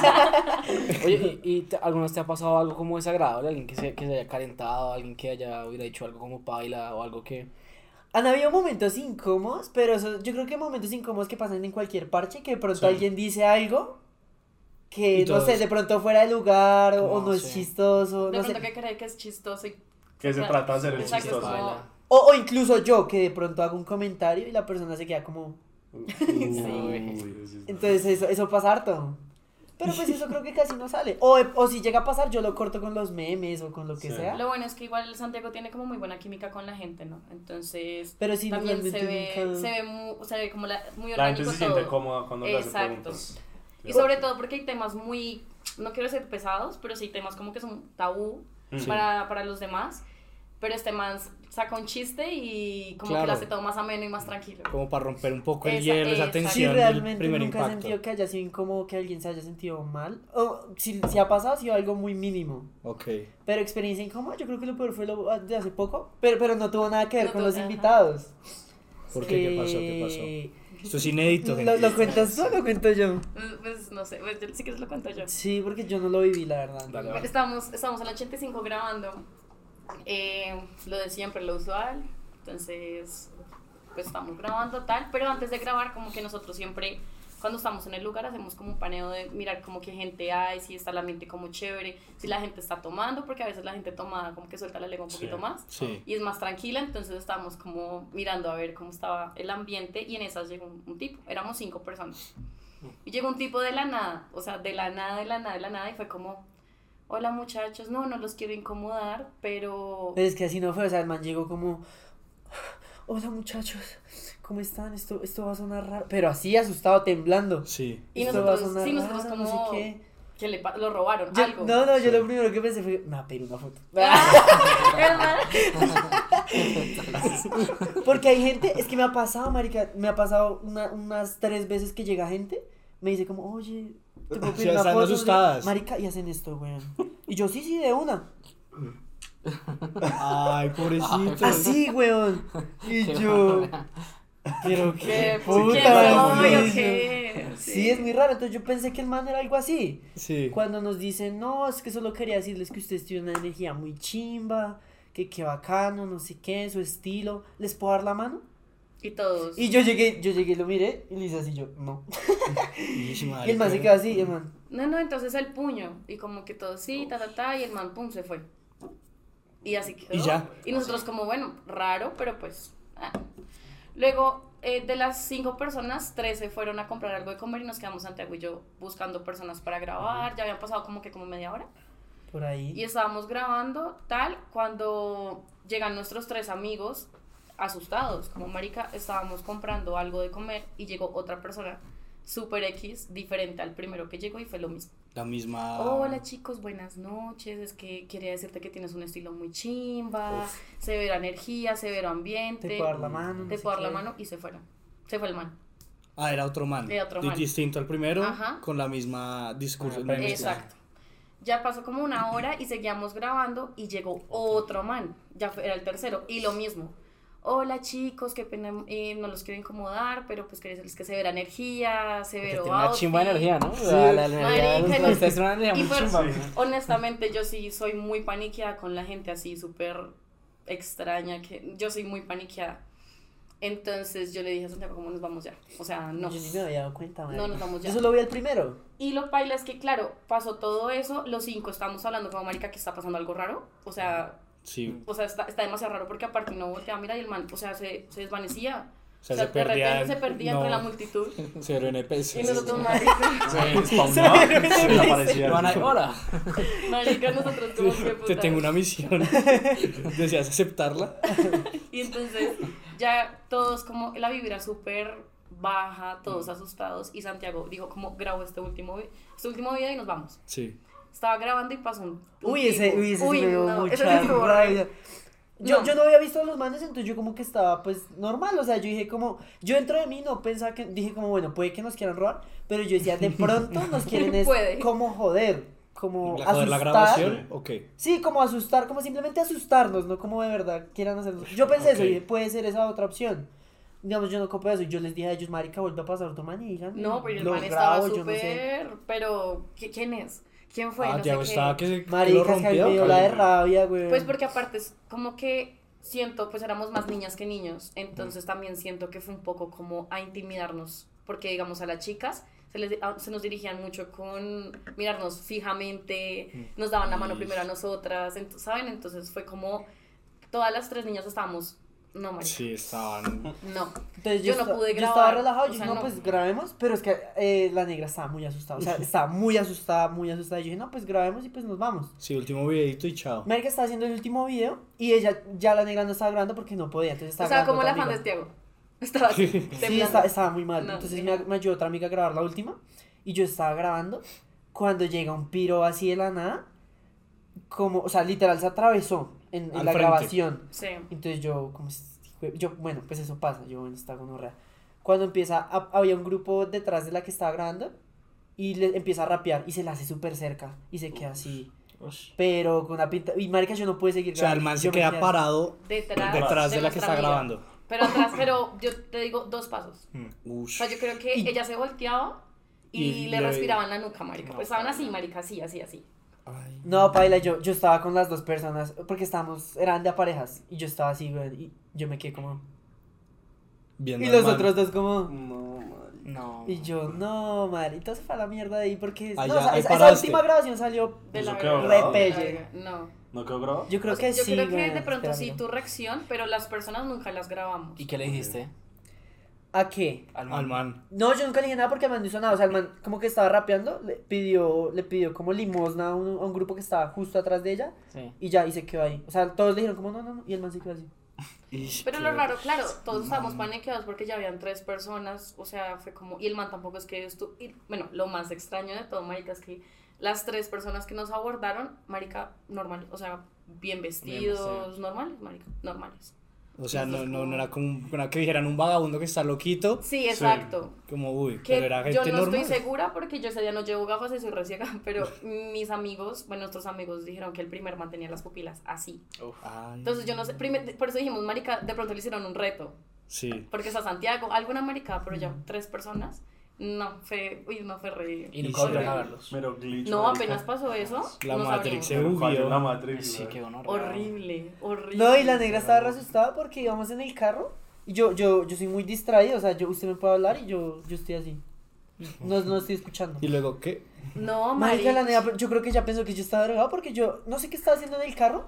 Speaker 6: Oye, ¿y, y te- alguna vez te ha pasado algo como desagradable? ¿Alguien que se, que se haya calentado? ¿Alguien que haya hubiera dicho algo como paila o algo que...?
Speaker 8: Han habido momentos incómodos, pero eso, yo creo que momentos incómodos que pasan en cualquier parche, que de pronto
Speaker 4: Sí.
Speaker 8: alguien dice algo que,
Speaker 4: Y
Speaker 8: no sé,
Speaker 4: todos-
Speaker 8: de pronto fuera de lugar o, o
Speaker 6: No,
Speaker 8: no es
Speaker 6: sí.
Speaker 8: chistoso,
Speaker 7: De
Speaker 8: no
Speaker 7: pronto
Speaker 8: sé.
Speaker 7: que cree que es chistoso y...
Speaker 5: Que se trata de hacer el
Speaker 7: Exacto, es
Speaker 5: chistoso.
Speaker 7: como-
Speaker 8: O, o incluso yo, que de pronto hago un comentario y la persona se queda como...
Speaker 5: Uy,
Speaker 7: Sí.
Speaker 5: eso sí está-
Speaker 8: Entonces eso, eso pasa harto. Pero pues eso creo que casi no sale. O, o si llega a pasar, yo lo corto con los memes o con lo que
Speaker 5: Sí.
Speaker 8: sea.
Speaker 7: Lo bueno es que igual Santiago tiene como muy buena química con la gente, ¿no? Entonces
Speaker 8: Pero sí,
Speaker 7: también se
Speaker 8: realmente
Speaker 7: ve,
Speaker 8: nunca-
Speaker 7: se ve muy, se ve como la, muy
Speaker 5: La gente
Speaker 7: orgánico
Speaker 5: se siente
Speaker 7: todo.
Speaker 5: cómoda cuando le hace
Speaker 7: Exacto.
Speaker 5: preguntas.
Speaker 7: Y sobre todo porque hay temas muy, no quiero ser pesados, pero sí hay temas como que son tabú
Speaker 5: Sí.
Speaker 7: para, para los demás. Pero este man saca un chiste y como que
Speaker 4: Claro.
Speaker 7: lo hace todo más ameno y más tranquilo.
Speaker 4: Como para romper un poco el
Speaker 7: Esa-
Speaker 4: hielo, esa
Speaker 7: exacto.
Speaker 8: Sí,
Speaker 4: tensión del
Speaker 8: realmente
Speaker 4: primer
Speaker 8: nunca he
Speaker 4: impacto.
Speaker 8: sentido que haya sido incómodo, que alguien se haya sentido mal. O si, si ha pasado, ha sido algo muy mínimo.
Speaker 4: Ok.
Speaker 8: Pero experiencia incómoda, yo creo que lo peor fue lo de hace poco. Pero, pero no tuvo nada que ver
Speaker 7: No
Speaker 8: con
Speaker 7: tuvo-
Speaker 8: los
Speaker 7: ajá.
Speaker 8: invitados.
Speaker 4: ¿Por qué? ¿Qué pasó? ¿Qué pasó?
Speaker 8: Eh,
Speaker 4: Esto es inédito,
Speaker 8: ¿Lo,
Speaker 4: gente.
Speaker 8: ¿Lo cuentas tú o lo cuento yo?
Speaker 7: Pues, pues, no sé, pues, yo- sí que se lo cuento yo.
Speaker 8: Sí, porque yo no lo viví, la verdad.
Speaker 5: Dale, vale.
Speaker 7: Estamos, estamos en el ochenta y cinco grabando eh, lo de siempre, lo usual. Entonces, pues estamos grabando tal. Pero antes de grabar, como que nosotros siempre, cuando estamos en el lugar, hacemos como un paneo de mirar como qué gente hay, si está el ambiente como chévere, si la gente está tomando, porque a veces la gente toma como que suelta la lengua un
Speaker 5: Sí.
Speaker 7: poquito más.
Speaker 4: Sí.
Speaker 7: Y es más tranquila, entonces estábamos como mirando a ver cómo estaba el ambiente y en esas llegó un, un tipo, éramos cinco personas. Y llegó un tipo de la nada, o sea, de la nada, de la nada, de la nada y fue como, hola muchachos, no, no los quiero incomodar, pero...
Speaker 8: Es que así no fue, o sea, el man llegó como... Hola muchachos, ¿cómo están? Esto, esto va a sonar raro. Pero así asustado, temblando.
Speaker 4: Sí.
Speaker 7: Y
Speaker 8: Esto va a
Speaker 7: nosotros,
Speaker 8: sonar
Speaker 7: sí, nosotros
Speaker 8: raro,
Speaker 7: como
Speaker 8: no sé qué.
Speaker 7: que le pa- lo robaron,
Speaker 8: Yo-
Speaker 7: algo.
Speaker 8: no, no, yo
Speaker 4: Sí.
Speaker 8: lo primero que pensé fue, me va a pedir una foto.
Speaker 7: ¿Verdad?
Speaker 8: Porque hay gente, es que me ha pasado, marica, me ha pasado una- unas tres veces que llega gente, me dice como, oye, te puedo pedir
Speaker 4: Ya
Speaker 8: una
Speaker 4: están
Speaker 8: foto.
Speaker 4: asustadas.
Speaker 8: Marica, y hacen esto, weón. Y yo, sí, sí, de una.
Speaker 4: Ay, pobrecito.
Speaker 8: Así, weón. Y
Speaker 6: Qué
Speaker 8: yo,
Speaker 6: barbaridad.
Speaker 8: pero
Speaker 7: ¿Qué?
Speaker 8: qué
Speaker 7: ¿Quién
Speaker 8: puta.
Speaker 7: soy o
Speaker 8: weón.
Speaker 7: qué?
Speaker 8: Sí, es muy raro. Entonces yo pensé que el man era algo así.
Speaker 4: Sí.
Speaker 8: Cuando nos dicen, no, es que solo quería decirles que ustedes tienen una energía muy chimba, que qué bacano, no sé qué, su estilo. ¿Les puedo dar la mano?
Speaker 7: Y todos.
Speaker 8: Y yo llegué, yo llegué y lo miré y le hice así, yo, no.
Speaker 4: Ish,
Speaker 8: Y el man se quedó así, y el man,
Speaker 7: No, no, entonces el puño. Y como que todo sí, ta, ta, ta, y el man, pum, se fue. Y así quedó.
Speaker 4: Y ya.
Speaker 7: Y nosotros como, bueno, raro, pero pues... ah. Luego, eh, de las cinco personas, tres se fueron a comprar algo de comer y nos quedamos Santiago y yo buscando personas para grabar. Ya habían pasado como que como media hora.
Speaker 8: por ahí.
Speaker 7: Y estábamos grabando tal cuando llegan nuestros tres amigos asustados. Como marica, estábamos comprando algo de comer y llegó otra persona super X, diferente al primero que llegó y fue lo mismo.
Speaker 4: La misma.
Speaker 7: Hola chicos, buenas noches, es que quería decirte que tienes un estilo muy chimba, severa energía, severo ambiente,
Speaker 8: Te puedo dar la mano. no
Speaker 7: te
Speaker 8: sé
Speaker 7: puedo dar la
Speaker 8: qué.
Speaker 7: mano y se fueron. Se fue el man.
Speaker 4: Ah, era otro man.
Speaker 7: Era otro
Speaker 4: Di-
Speaker 7: man.
Speaker 4: Distinto al primero,
Speaker 7: Ajá.
Speaker 4: con la misma discurso.
Speaker 6: Ah,
Speaker 4: la misma-
Speaker 7: Exacto. Ya pasó como una hora y seguíamos grabando y llegó otro man, ya fue- era el tercero, y lo mismo. Hola chicos, qué pena, eh, no los quiero incomodar, pero pues quería decirles que severa energía,
Speaker 6: Porque
Speaker 7: severo
Speaker 6: tiene una
Speaker 7: outfit.
Speaker 6: chimba de energía, ¿no? La, la energía,
Speaker 7: Marica,
Speaker 6: de-
Speaker 7: no.
Speaker 6: ustedes tienen una energía
Speaker 7: Y
Speaker 6: muy
Speaker 7: pues,
Speaker 6: chimba.
Speaker 5: Sí.
Speaker 7: honestamente, yo sí soy muy paniqueada con la gente así, súper extraña, que yo soy muy paniqueada. Entonces yo le dije a Santiago, ¿cómo nos vamos ya? O sea, no.
Speaker 8: Yo ni me había dado cuenta,
Speaker 7: No nos vamos ya.
Speaker 8: Yo solo vi el primero.
Speaker 7: Y lo paila es que, claro, pasó todo eso, los cinco estamos hablando como, marica, que está pasando algo raro. O sea,
Speaker 4: Sí.
Speaker 7: o sea está, está demasiado raro porque aparte no volteaba a mirar y el man, o sea, se, se desvanecía.
Speaker 4: O sea,
Speaker 7: O sea,
Speaker 4: se
Speaker 7: de
Speaker 4: perdía.
Speaker 7: repente se perdía entre la multitud.
Speaker 4: Cero N P
Speaker 7: Y
Speaker 4: C.
Speaker 7: nosotros, marica,
Speaker 5: Se spawnaba, se desaparecía.
Speaker 6: Van a- Hola.
Speaker 7: marica, nosotros como que
Speaker 4: Te
Speaker 7: puta.
Speaker 4: tengo una misión. ¿Deseas aceptarla?
Speaker 7: Y entonces ya todos como la vibra súper baja, todos asustados. Y Santiago dijo como grabo este último, vi- este último video y nos vamos.
Speaker 4: Sí.
Speaker 7: Estaba grabando y pasó un, un
Speaker 8: Uy, ese,
Speaker 7: tipo.
Speaker 8: uy, ese sí me dio
Speaker 7: no, ese
Speaker 8: mucha
Speaker 7: sí estuvo
Speaker 8: rabia.
Speaker 7: horrible.
Speaker 8: Yo,
Speaker 7: No.
Speaker 8: yo no había visto a los manes, entonces yo como que estaba pues normal, o sea, yo dije como, yo dentro de mí no pensaba que, dije como, bueno, puede que nos quieran robar, pero yo decía, de pronto nos quieren es
Speaker 7: Puede.
Speaker 8: como joder, como
Speaker 4: ¿La joder la
Speaker 8: asustar.
Speaker 4: grabación? Ok.
Speaker 8: Sí, como asustar, como simplemente asustarnos, no como de verdad quieran hacernos. Yo pensé eso,
Speaker 4: Ok.
Speaker 8: y dije, puede ser esa otra opción. Digamos, yo no copio eso, y yo les dije a ellos, marica, vuelve a pasar otro man y digan,
Speaker 7: No, pero el
Speaker 8: lo
Speaker 7: man estaba
Speaker 8: grabo, yo no sé.
Speaker 7: súper. Pero, ¿qui- ¿quién es? ¿Quién fue?
Speaker 4: Ah,
Speaker 7: no
Speaker 4: Diego
Speaker 7: sé
Speaker 4: estaba
Speaker 7: qué.
Speaker 4: que se que lo
Speaker 8: Marica, es que a mí
Speaker 4: rompió.
Speaker 8: me dio la de
Speaker 5: caliente.
Speaker 8: rabia, güey.
Speaker 7: Pues porque aparte es como que siento, pues éramos más niñas que niños, entonces también siento que fue un poco como a intimidarnos, porque digamos a las chicas se, les, a- se nos dirigían mucho con mirarnos fijamente, nos daban la mano primero a nosotras, ent- ¿saben? Entonces fue como, todas las tres niñas estábamos, no, marica,
Speaker 4: Sí, estaban.
Speaker 7: no.
Speaker 8: Entonces
Speaker 7: Yo
Speaker 8: yo,
Speaker 7: no
Speaker 8: esta-
Speaker 7: pude
Speaker 8: yo
Speaker 7: grabar,
Speaker 8: estaba relajado,
Speaker 7: o
Speaker 8: yo
Speaker 7: sea,
Speaker 8: dije, no,
Speaker 7: no.
Speaker 8: pues grabemos, pero es que eh, la negra estaba muy asustada, o sea, estaba muy asustada, muy asustada, y yo dije, no, pues grabemos y pues nos vamos.
Speaker 4: Sí, último videito y chao.
Speaker 8: Marica estaba haciendo el último video y ella, ya la negra no estaba grabando porque no podía, entonces
Speaker 7: O
Speaker 8: estaba
Speaker 7: sea, como la
Speaker 8: grabando
Speaker 7: fan de
Speaker 8: otra amiga.
Speaker 7: Tiago. Estaba así,
Speaker 8: Sí,
Speaker 7: temblando.
Speaker 8: estaba, estaba muy mal,
Speaker 7: No,
Speaker 8: entonces
Speaker 7: sí.
Speaker 8: me, me ayudó otra amiga a grabar la última y yo estaba grabando cuando llega un piro así de la nada, como, o sea, literal se atravesó en, en
Speaker 4: Al
Speaker 8: la
Speaker 4: frente.
Speaker 8: grabación.
Speaker 7: Sí.
Speaker 8: Entonces yo, como, si- yo, bueno, pues eso pasa, yo, bueno, está gonorrea. Cuando empieza, a- había un grupo detrás de la que estaba grabando y le empieza a rapear y se la hace súper cerca y se queda así, pero con una pinta, y marica yo no pude seguir
Speaker 4: O sea, el
Speaker 8: grabando,
Speaker 4: man se
Speaker 8: yo me
Speaker 4: queda
Speaker 8: quedé así.
Speaker 4: parado
Speaker 7: Detrás,
Speaker 4: detrás de la que
Speaker 7: nuestra
Speaker 4: está
Speaker 7: amiga.
Speaker 4: grabando.
Speaker 7: Pero atrás, pero yo te digo dos pasos.
Speaker 4: Ush.
Speaker 7: O sea, yo creo que
Speaker 8: Y-
Speaker 7: ella se volteaba y,
Speaker 4: Y
Speaker 7: le
Speaker 4: le-
Speaker 7: respiraba en la nuca, marica. Pues estaban así, marica, así, así, así.
Speaker 4: Ay.
Speaker 8: No, paila, yo, yo estaba con las dos personas, porque estábamos, eran de a parejas, y yo estaba así, güey, y yo me quedé como,
Speaker 4: Viendo
Speaker 8: y
Speaker 4: al
Speaker 8: los
Speaker 4: man.
Speaker 8: otros dos como,
Speaker 5: No, marica.
Speaker 6: No.
Speaker 8: y yo, no, madre, entonces fue a la mierda de ahí, porque,
Speaker 4: Ah,
Speaker 8: no,
Speaker 4: ya,
Speaker 8: o sea,
Speaker 4: ahí
Speaker 8: esa, esa
Speaker 4: paraste.
Speaker 8: última grabación salió,
Speaker 7: De
Speaker 5: ¿Eso
Speaker 7: la
Speaker 5: quedó
Speaker 7: verga.
Speaker 5: grabado?
Speaker 8: Re
Speaker 7: De la
Speaker 8: pelle.
Speaker 7: verga, No.
Speaker 5: ¿No quedó grabado?
Speaker 8: yo creo
Speaker 7: O sea,
Speaker 8: que
Speaker 7: yo
Speaker 8: sí,
Speaker 7: creo que
Speaker 8: güey,
Speaker 7: de pronto
Speaker 8: espera,
Speaker 7: sí
Speaker 8: mira.
Speaker 7: tu reacción, pero las personas nunca las grabamos.
Speaker 6: ¿Y qué le dijiste?
Speaker 8: ¿A qué?
Speaker 6: Al man.
Speaker 4: Al man.
Speaker 8: No, yo nunca le dije nada porque el man no hizo nada, o sea, el man como que estaba rapeando, le pidió, le pidió como limosna a un, a un grupo que estaba justo atrás de ella,
Speaker 6: Sí.
Speaker 8: y ya, y se quedó ahí, o sea, todos le dijeron como, no, no, no, y el man se quedó así.
Speaker 4: Ish,
Speaker 7: Pero
Speaker 4: qué-
Speaker 7: lo raro, claro, todos estábamos paniqueados porque ya habían tres personas, o sea, fue como, y el man tampoco es que estuvo, y bueno, lo más extraño de todo, marica, es que las tres personas que nos abordaron, marica, normal, o sea, bien vestidos,
Speaker 6: vestidos.
Speaker 7: normales, marica, normales.
Speaker 4: O sea, no, no, no era como no era que dijeran un vagabundo que está loquito.
Speaker 7: Sí, exacto.
Speaker 4: Como, uy,
Speaker 7: Que
Speaker 4: pero era
Speaker 7: yo
Speaker 4: gente
Speaker 7: no
Speaker 4: normal.
Speaker 7: estoy segura porque yo ese día no llevo gafas y soy reciega, pero mis amigos, bueno, nuestros amigos dijeron que el primer man tenía las pupilas así.
Speaker 4: Ay,
Speaker 7: Entonces yo no sé, primer- por eso dijimos, marica, de pronto le hicieron un reto,
Speaker 4: sí.
Speaker 7: porque está Santiago, alguna marica, pero ya tres personas, no, fue, uy, no fue re...
Speaker 6: Y nunca
Speaker 4: Sí,
Speaker 6: volvieron a
Speaker 4: sí.
Speaker 6: verlos.
Speaker 5: Pero glitch.
Speaker 7: No,
Speaker 5: marica.
Speaker 7: apenas pasó eso,
Speaker 4: La
Speaker 7: no
Speaker 4: Matrix
Speaker 7: sabíamos.
Speaker 4: se
Speaker 5: Pero falló
Speaker 4: bugueó.
Speaker 5: la Matrix.
Speaker 6: Sí,
Speaker 5: güey.
Speaker 6: qué honor.
Speaker 7: Horrible, horrible.
Speaker 8: No, y la negra estaba re asustada porque íbamos en el carro, y yo, yo, yo soy muy distraído, o sea, yo, usted me puede hablar y yo, yo estoy así, no, no estoy escuchando.
Speaker 4: Y luego, ¿qué?
Speaker 7: No,
Speaker 8: Marica, la
Speaker 7: marica.
Speaker 8: negra, yo creo que ella pensó que yo estaba drogado porque yo no sé qué estaba haciendo en el carro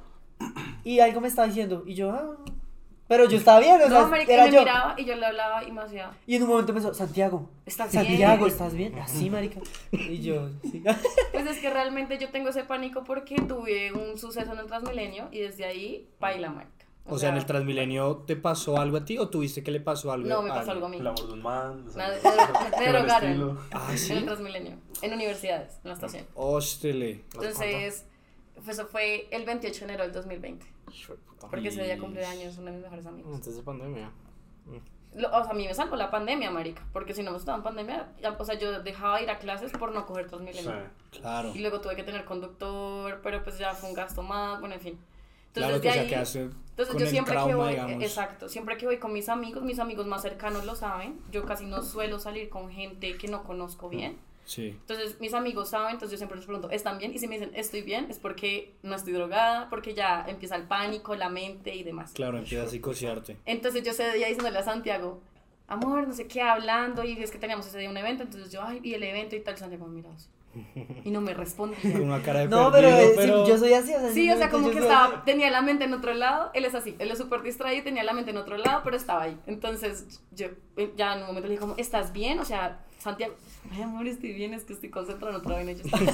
Speaker 8: y algo me estaba diciendo y yo, ah, pero yo estaba bien, o sea,
Speaker 7: No, marica,
Speaker 8: era
Speaker 7: me
Speaker 8: yo.
Speaker 7: miraba y yo le hablaba y me hacía,
Speaker 8: Y en un momento empezó, Santiago,
Speaker 7: ¿estás bien?
Speaker 8: Santiago, ¿estás bien? Así, marica. Y yo, sí.
Speaker 7: Pues es que realmente yo tengo ese pánico porque tuve un suceso en el Transmilenio y desde ahí, baila marica.
Speaker 4: O sea, en el Transmilenio, ¿te pasó algo a ti o tuviste que le pasó algo
Speaker 7: No, me
Speaker 4: a
Speaker 7: pasó algo a
Speaker 4: alguien?
Speaker 7: mí.
Speaker 5: El amor de un man. o sea,
Speaker 7: Me, me- me
Speaker 5: qué buen
Speaker 7: drogaron
Speaker 5: estilo.
Speaker 4: Ah,
Speaker 7: en el
Speaker 4: ¿sí?
Speaker 7: Transmilenio, en universidades, en la estación.
Speaker 4: Hóstele.
Speaker 7: Entonces, pues eso fue el veintiocho de enero del dos mil veinte, porque ese día cumple años uno de mis mejores amigos.
Speaker 6: Antes de pandemia.
Speaker 7: Lo- o sea, a mí me salvó la pandemia, marica, porque si no me estaba en pandemia, ya, o sea, yo dejaba de ir a clases por no coger
Speaker 5: Sí.
Speaker 7: Transmilenio.
Speaker 4: Claro.
Speaker 7: Y luego tuve que tener conductor, pero pues ya fue un gasto más, bueno, en fin.
Speaker 4: Claro,
Speaker 7: Entonces,
Speaker 4: que
Speaker 7: de
Speaker 4: ya
Speaker 7: ahí,
Speaker 4: quedaste
Speaker 7: entonces
Speaker 4: con
Speaker 7: yo
Speaker 4: el
Speaker 7: siempre que
Speaker 4: trauma,
Speaker 7: voy,
Speaker 4: digamos.
Speaker 7: exacto, siempre que voy con mis amigos, mis amigos más cercanos lo saben, yo casi no suelo salir con gente que no conozco bien.
Speaker 4: Sí.
Speaker 7: Entonces mis amigos saben, entonces yo siempre les pregunto, ¿están bien? Y si me dicen, estoy bien, es porque no estoy drogada, porque ya empieza el pánico, la mente y demás.
Speaker 4: Claro, empieza a psicosearte.
Speaker 7: Entonces yo ese día diciéndole a Santiago, amor, no sé qué, hablando, y es que teníamos ese día un evento, entonces yo, ay, y el evento y tal, Santiago me miraba así. Y no me respondía.
Speaker 4: Con una cara de
Speaker 8: No, pero,
Speaker 4: perdido,
Speaker 8: eh,
Speaker 4: pero...
Speaker 8: sí, yo soy así, o sea,
Speaker 7: Sí, o sea,
Speaker 8: simplemente
Speaker 7: como
Speaker 8: yo
Speaker 7: que
Speaker 8: soy
Speaker 7: estaba,
Speaker 8: así.
Speaker 7: tenía la mente en otro lado, él es así, él es súper distraído y tenía la mente en otro lado, pero estaba ahí. Entonces, yo eh, ya en un momento le dije como, ¿estás bien? O sea, Santiago, ay amor, estoy bien, es que estoy concentrado en otra vaina y yo estaba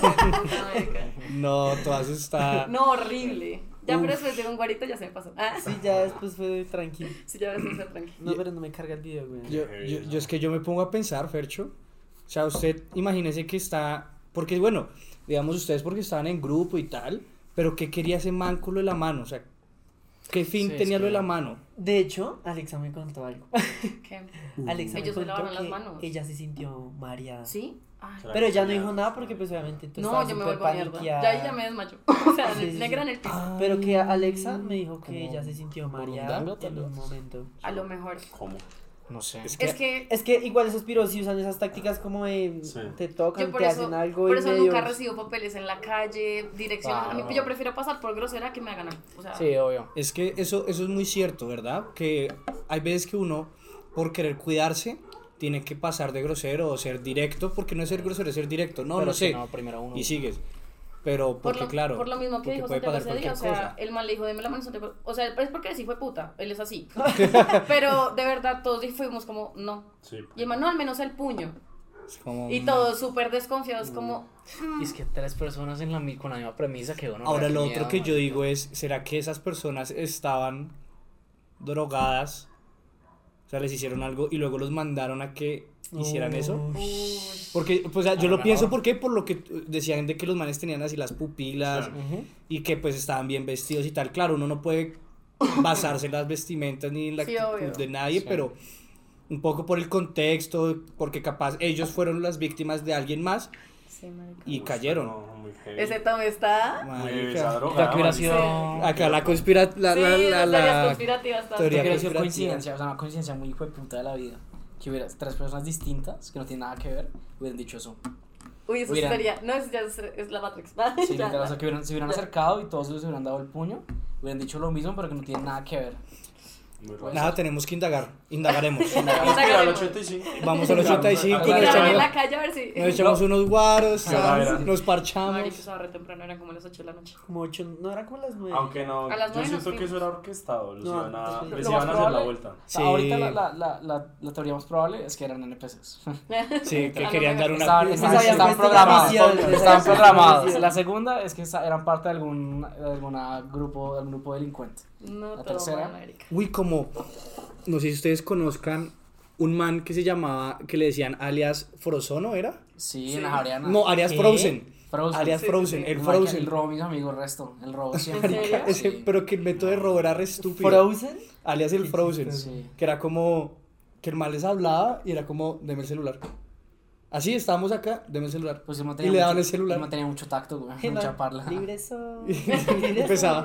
Speaker 4: No, todas está...
Speaker 7: No, horrible. Ya,
Speaker 4: Uf.
Speaker 7: pero después de un guarito ya se me pasó. Ah,
Speaker 8: Sí, ya después fue tranquilo.
Speaker 7: sí, ya después fue tranquilo.
Speaker 8: No, pero no me carga el video, güey.
Speaker 4: Yo, yo, yo es que yo me pongo a pensar, Fercho. O sea, usted imagínese que está... Porque, bueno, digamos ustedes porque estaban en grupo y tal, pero ¿qué quería ese man con lo de la mano? O sea, ¿qué fin
Speaker 6: Sí, es
Speaker 4: tenía lo de
Speaker 6: que-
Speaker 4: la mano?
Speaker 8: De hecho, Alexa me contó algo.
Speaker 7: ¿Qué?
Speaker 8: Alexa me
Speaker 7: Ellos se
Speaker 8: contó
Speaker 7: lavaron las
Speaker 8: que
Speaker 7: manos.
Speaker 8: ella se sintió mareada.
Speaker 7: ¿Sí? Ay.
Speaker 8: Pero ella no dijo nada porque pues obviamente tú
Speaker 7: No,
Speaker 8: estabas
Speaker 7: yo me
Speaker 8: súper
Speaker 7: vuelvo a mierda.
Speaker 8: paniqueada.
Speaker 7: Ya ahí ya me desmayo. O sea,
Speaker 8: Sí, sí,
Speaker 7: negra
Speaker 8: sí.
Speaker 7: en el piso.
Speaker 4: Ah.
Speaker 8: Pero que Alexa me dijo que
Speaker 6: Como
Speaker 8: ella se sintió mareada
Speaker 6: burundanga, tal
Speaker 8: en un
Speaker 6: vez.
Speaker 8: momento.
Speaker 7: A lo mejor.
Speaker 5: ¿Cómo?
Speaker 6: No sé.
Speaker 4: Es que-
Speaker 7: Es que
Speaker 8: Es que igual esos piros sí usan esas tácticas como de
Speaker 5: Sí.
Speaker 8: te tocan,
Speaker 7: yo por
Speaker 8: te
Speaker 7: eso,
Speaker 8: hacen algo
Speaker 7: por
Speaker 8: y
Speaker 7: eso
Speaker 8: medio...
Speaker 7: nunca recibo papeles en la calle, direcciones. A mí
Speaker 5: Claro.
Speaker 7: yo prefiero pasar por grosera que me hagan algo. O sea,
Speaker 6: Sí, obvio.
Speaker 4: Es que eso, eso es muy cierto, ¿verdad? Que hay veces que uno, por querer cuidarse, tiene que pasar de grosero o ser directo, porque no es ser grosero, es ser directo. No,
Speaker 6: Pero
Speaker 4: no
Speaker 6: si
Speaker 4: sé.
Speaker 6: no, primero uno.
Speaker 4: Y sigues. Pero
Speaker 7: por
Speaker 4: porque,
Speaker 7: lo,
Speaker 4: claro,
Speaker 7: por lo mismo que
Speaker 4: porque
Speaker 7: dijo
Speaker 4: puede
Speaker 7: Santiago
Speaker 4: pasar
Speaker 7: ese día,
Speaker 4: cualquier
Speaker 7: o sea,
Speaker 4: cosa.
Speaker 7: el man le dijo, deme la mano, Santiago. O sea, es porque sí fue puta, él es así. Pero de verdad todos fuimos como, no.
Speaker 5: Sí.
Speaker 7: Y el man, no, al menos el puño.
Speaker 4: Es como...
Speaker 7: Y todos súper desconfiados, como,
Speaker 6: Y es que tres personas en la, mi- con la misma premisa que uno.
Speaker 4: Ahora lo otro que yo digo es, ¿será que esas personas estaban drogadas? O sea, les hicieron algo y luego los mandaron a que hicieran eso.
Speaker 7: uy.
Speaker 4: Porque, pues, o sea, yo
Speaker 6: A
Speaker 4: lo
Speaker 6: lo
Speaker 4: pienso
Speaker 6: mejor.
Speaker 4: porque por lo que t- decían de que los manes tenían así las pupilas
Speaker 5: Sí.
Speaker 4: y que pues estaban bien vestidos y tal. Claro, uno no puede basarse en las vestimentas ni en la
Speaker 7: Sí,
Speaker 4: actitud
Speaker 7: obvio.
Speaker 4: de nadie,
Speaker 6: Sí.
Speaker 4: pero un poco por el contexto, porque capaz ellos fueron las víctimas de alguien más
Speaker 7: Sí, marica.
Speaker 4: y
Speaker 5: Uf,
Speaker 4: cayeron.
Speaker 5: no, muy heavy.
Speaker 7: Ese Tom está...
Speaker 5: Muy
Speaker 4: Marica.
Speaker 5: esa
Speaker 6: Creo
Speaker 5: droga,
Speaker 6: que hubiera
Speaker 5: marica.
Speaker 6: sido.
Speaker 4: Acá la conspira... La,
Speaker 7: Sí,
Speaker 4: la, la,
Speaker 7: las
Speaker 4: la-
Speaker 7: teorías conspirativas están.
Speaker 4: teoría
Speaker 6: Creo que hubiera sido
Speaker 4: conspirativa.
Speaker 6: coincidencia, o sea, una coincidencia muy hijo de puta de la vida. Que hubiera tres personas distintas que no tienen nada que ver, hubieran dicho eso.
Speaker 7: Uy, eso
Speaker 6: Hubieran-
Speaker 7: sería... No, es, ya es, es la Matrix.
Speaker 6: Sí,
Speaker 7: Ya.
Speaker 6: literal, o sea, que hubieran, se hubieran acercado y todos les hubieran dado el puño, hubieran dicho lo mismo, pero que no tienen nada que ver.
Speaker 5: Muy raro.
Speaker 4: Nada, tenemos que indagar. Indagaremos.
Speaker 5: Vamos a ir al ochenta y cinco.
Speaker 4: Vamos al ochenta y cinco,
Speaker 7: Y
Speaker 4: nos
Speaker 7: grabar en
Speaker 4: echamos,
Speaker 7: la calle a ver si...
Speaker 4: nos echamos unos guaros,
Speaker 5: Ah,
Speaker 4: ¿sabes?
Speaker 5: era.
Speaker 4: Nos parchamos.
Speaker 7: Marica, estaba re temprano, eran como las ocho de la noche.
Speaker 8: Como ocho, no era como las nueve.
Speaker 5: Aunque no,
Speaker 7: A las
Speaker 5: yo
Speaker 7: nueve
Speaker 5: siento
Speaker 7: nos
Speaker 5: que eso
Speaker 7: fuimos.
Speaker 5: era orquestado. Los
Speaker 8: No,
Speaker 5: iban a,
Speaker 8: pues,
Speaker 5: les
Speaker 6: lo
Speaker 5: iban
Speaker 6: más
Speaker 5: a hacer la
Speaker 6: probable-
Speaker 5: vuelta.
Speaker 6: O sea,
Speaker 4: Sí.
Speaker 6: ahorita la, la, la, la, la teoría más probable es que eran N P Cs.
Speaker 4: Sí, que
Speaker 7: A lo
Speaker 4: querían dar
Speaker 7: mejor.
Speaker 4: una...
Speaker 6: Estaban,
Speaker 8: Sí,
Speaker 6: estaban,
Speaker 8: sabían
Speaker 6: estaban
Speaker 8: que esto era
Speaker 6: programados.
Speaker 8: misión, sí,
Speaker 6: Estaban
Speaker 8: sabían
Speaker 6: programados.
Speaker 8: misión.
Speaker 6: La segunda es que esa- eran parte de algún, de alguna grupo, de algún grupo delincuente.
Speaker 7: No,
Speaker 6: La
Speaker 7: todo
Speaker 6: tercera.
Speaker 7: mal, marica.
Speaker 4: Uy, como... No sé si ustedes conozcan un man que se llamaba, que le decían alias Frozono, ¿era?
Speaker 6: Sí,
Speaker 7: Sí.
Speaker 6: en la Javeriana.
Speaker 4: No, alias
Speaker 8: ¿Qué?
Speaker 4: Frozen.
Speaker 6: Frozen.
Speaker 4: Alias
Speaker 7: Sí, sí,
Speaker 4: Frozen,
Speaker 7: sí.
Speaker 4: el
Speaker 6: Marica,
Speaker 4: Frozen.
Speaker 6: El robo, mis amigos, resto. El robo siempre.
Speaker 7: ¿En serio?
Speaker 4: Ese-
Speaker 6: Sí.
Speaker 4: pero que el método de robo era re estúpido.
Speaker 8: Frozen.
Speaker 4: Alias el
Speaker 8: Qué
Speaker 4: Frozen.
Speaker 8: chistoso.
Speaker 6: Sí.
Speaker 4: Que era como... Que el mal les hablaba y era como, deme el celular. Así, estábamos acá, deme el celular.
Speaker 6: Pues el man
Speaker 4: Y
Speaker 6: tenía
Speaker 4: le daban
Speaker 6: mucho-
Speaker 4: el celular.
Speaker 6: El man tenía mucho tacto, güey.
Speaker 8: Qué
Speaker 6: Mucha
Speaker 8: mal.
Speaker 6: parla.
Speaker 8: Libre soy.
Speaker 4: Empezaba.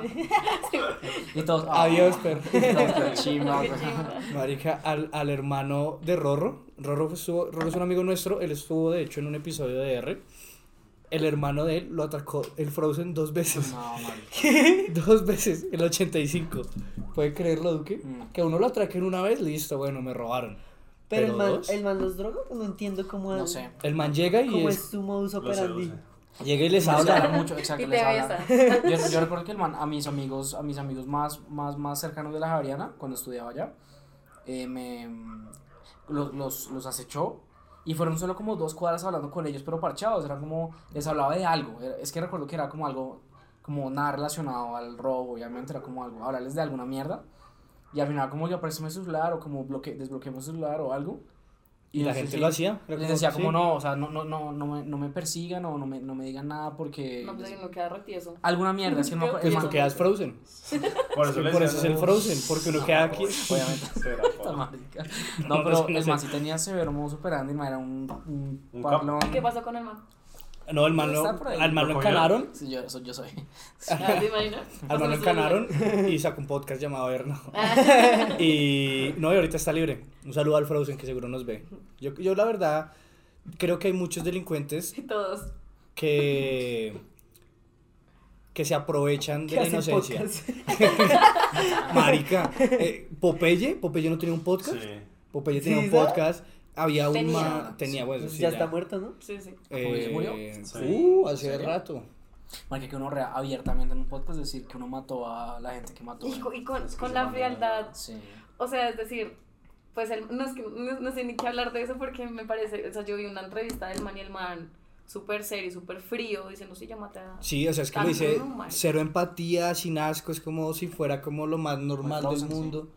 Speaker 6: Y todos. ah,
Speaker 4: Adiós, perro.
Speaker 6: y todos, qué chimba, güey.
Speaker 4: Marica, al, al hermano de Rorro. Rorro, estuvo- Rorro es un amigo nuestro. Él estuvo, de hecho, en un episodio de R. El hermano de él lo atacó el Frozen dos veces.
Speaker 6: No, marica.
Speaker 4: Dos veces, el ochenta y cinco. ¿Puede creerlo, Duque?
Speaker 6: Mm.
Speaker 4: Que a uno lo atraquen una vez, listo, bueno, me robaron.
Speaker 8: Pero el man,
Speaker 4: dos,
Speaker 8: el man los droga, no entiendo cómo,
Speaker 6: No sé.
Speaker 4: el man llega y
Speaker 8: cómo
Speaker 4: es,
Speaker 8: es su modus
Speaker 5: Lo sé, lo
Speaker 8: operandi.
Speaker 5: sé.
Speaker 4: llega y les
Speaker 6: Les habla
Speaker 4: habla.
Speaker 6: mucho, exacto,
Speaker 7: Y
Speaker 6: les
Speaker 7: te
Speaker 6: habla.
Speaker 7: besa.
Speaker 6: Yo, yo recuerdo que el man, a mis amigos, a mis amigos más, más, más cercanos de la Javeriana, cuando estudiaba allá, eh, me los, los, los acechó y fueron solo como dos cuadras hablando con ellos, pero parchados, era como, les hablaba de algo, era- es que recuerdo que era como algo, como nada relacionado al robo, obviamente era como algo, hablarles de alguna mierda, y al final como yo préstame su celular, o como bloque, desbloqueemos su celular o algo.
Speaker 4: Y la
Speaker 6: no sé
Speaker 4: gente
Speaker 6: si-
Speaker 4: lo hacía. Era
Speaker 6: Les
Speaker 4: como,
Speaker 6: decía como
Speaker 4: sí.
Speaker 6: no, o sea, no, no, no, no, me, no me persigan o no me, no me digan nada porque...
Speaker 7: No, pues no queda retieso.
Speaker 6: Alguna mierda, es que no me acuerdo.
Speaker 4: Pues
Speaker 6: el
Speaker 4: tú
Speaker 6: man-
Speaker 4: quedas Frozen.
Speaker 5: Por eso,
Speaker 4: Por
Speaker 5: les
Speaker 4: eso es
Speaker 5: decían,
Speaker 4: el Frozen, porque uno queda aquí.
Speaker 6: Obviamente.
Speaker 5: Será,
Speaker 6: Puta
Speaker 5: po.
Speaker 6: marica.
Speaker 4: No,
Speaker 6: No,
Speaker 4: pues,
Speaker 6: pero
Speaker 4: no
Speaker 6: el
Speaker 4: sé.
Speaker 6: man sí tenía severo modo superando y era un, un,
Speaker 5: Un
Speaker 6: parlón.
Speaker 7: ¿Qué pasó con el man?
Speaker 4: No, el man lo,
Speaker 6: Está por ahí.
Speaker 4: al man
Speaker 5: ¿Lo
Speaker 4: lo
Speaker 5: cogieron?
Speaker 4: encanaron.
Speaker 6: Sí, yo, eso, yo soy.
Speaker 7: Ah, ¿te imaginas?
Speaker 4: Al man lo
Speaker 7: Pásame su
Speaker 4: encanaron
Speaker 7: celular.
Speaker 4: y sacó un podcast llamado Erno.
Speaker 7: Ah.
Speaker 4: Y no, y ahorita está libre. Un saludo al Frozen que seguro nos ve. Yo, yo la verdad creo que hay muchos delincuentes
Speaker 7: Y todos.
Speaker 4: que que se aprovechan de la
Speaker 8: hacen
Speaker 4: inocencia.
Speaker 8: podcast.
Speaker 4: Marica, eh, Popeye, Popeye no tenía un podcast.
Speaker 5: Sí.
Speaker 4: Popeye
Speaker 8: Sí,
Speaker 4: tenía un
Speaker 8: ¿sabes?
Speaker 4: podcast. había un
Speaker 7: Tenía.
Speaker 4: ma- tenía, bueno,
Speaker 8: Pues
Speaker 4: sí,
Speaker 8: ya está muerto, ¿no?
Speaker 7: Sí, sí.
Speaker 4: Eh,
Speaker 6: ¿Se murió?
Speaker 5: Sí.
Speaker 4: Uh, hace
Speaker 6: ¿En serio?
Speaker 4: rato.
Speaker 6: Marica, que uno rea abiertamente en un podcast decir que uno mató a la gente que mató.
Speaker 7: Y, co- y con,
Speaker 5: Es que
Speaker 7: con
Speaker 5: se
Speaker 7: la
Speaker 5: manda-
Speaker 7: frialdad,
Speaker 6: Sí.
Speaker 7: o sea, es decir, pues el- no, es que, no, no sé ni qué hablar de eso porque me parece, o sea, yo vi una entrevista del man y el man súper serio, súper frío, diciendo, sí, yo maté a...
Speaker 4: Sí, o sea, es que lo
Speaker 7: Tanto
Speaker 4: dice
Speaker 7: no, marica.
Speaker 4: cero empatía, sin asco, es como si fuera como lo más normal del
Speaker 6: Frozen, sí.
Speaker 4: mundo.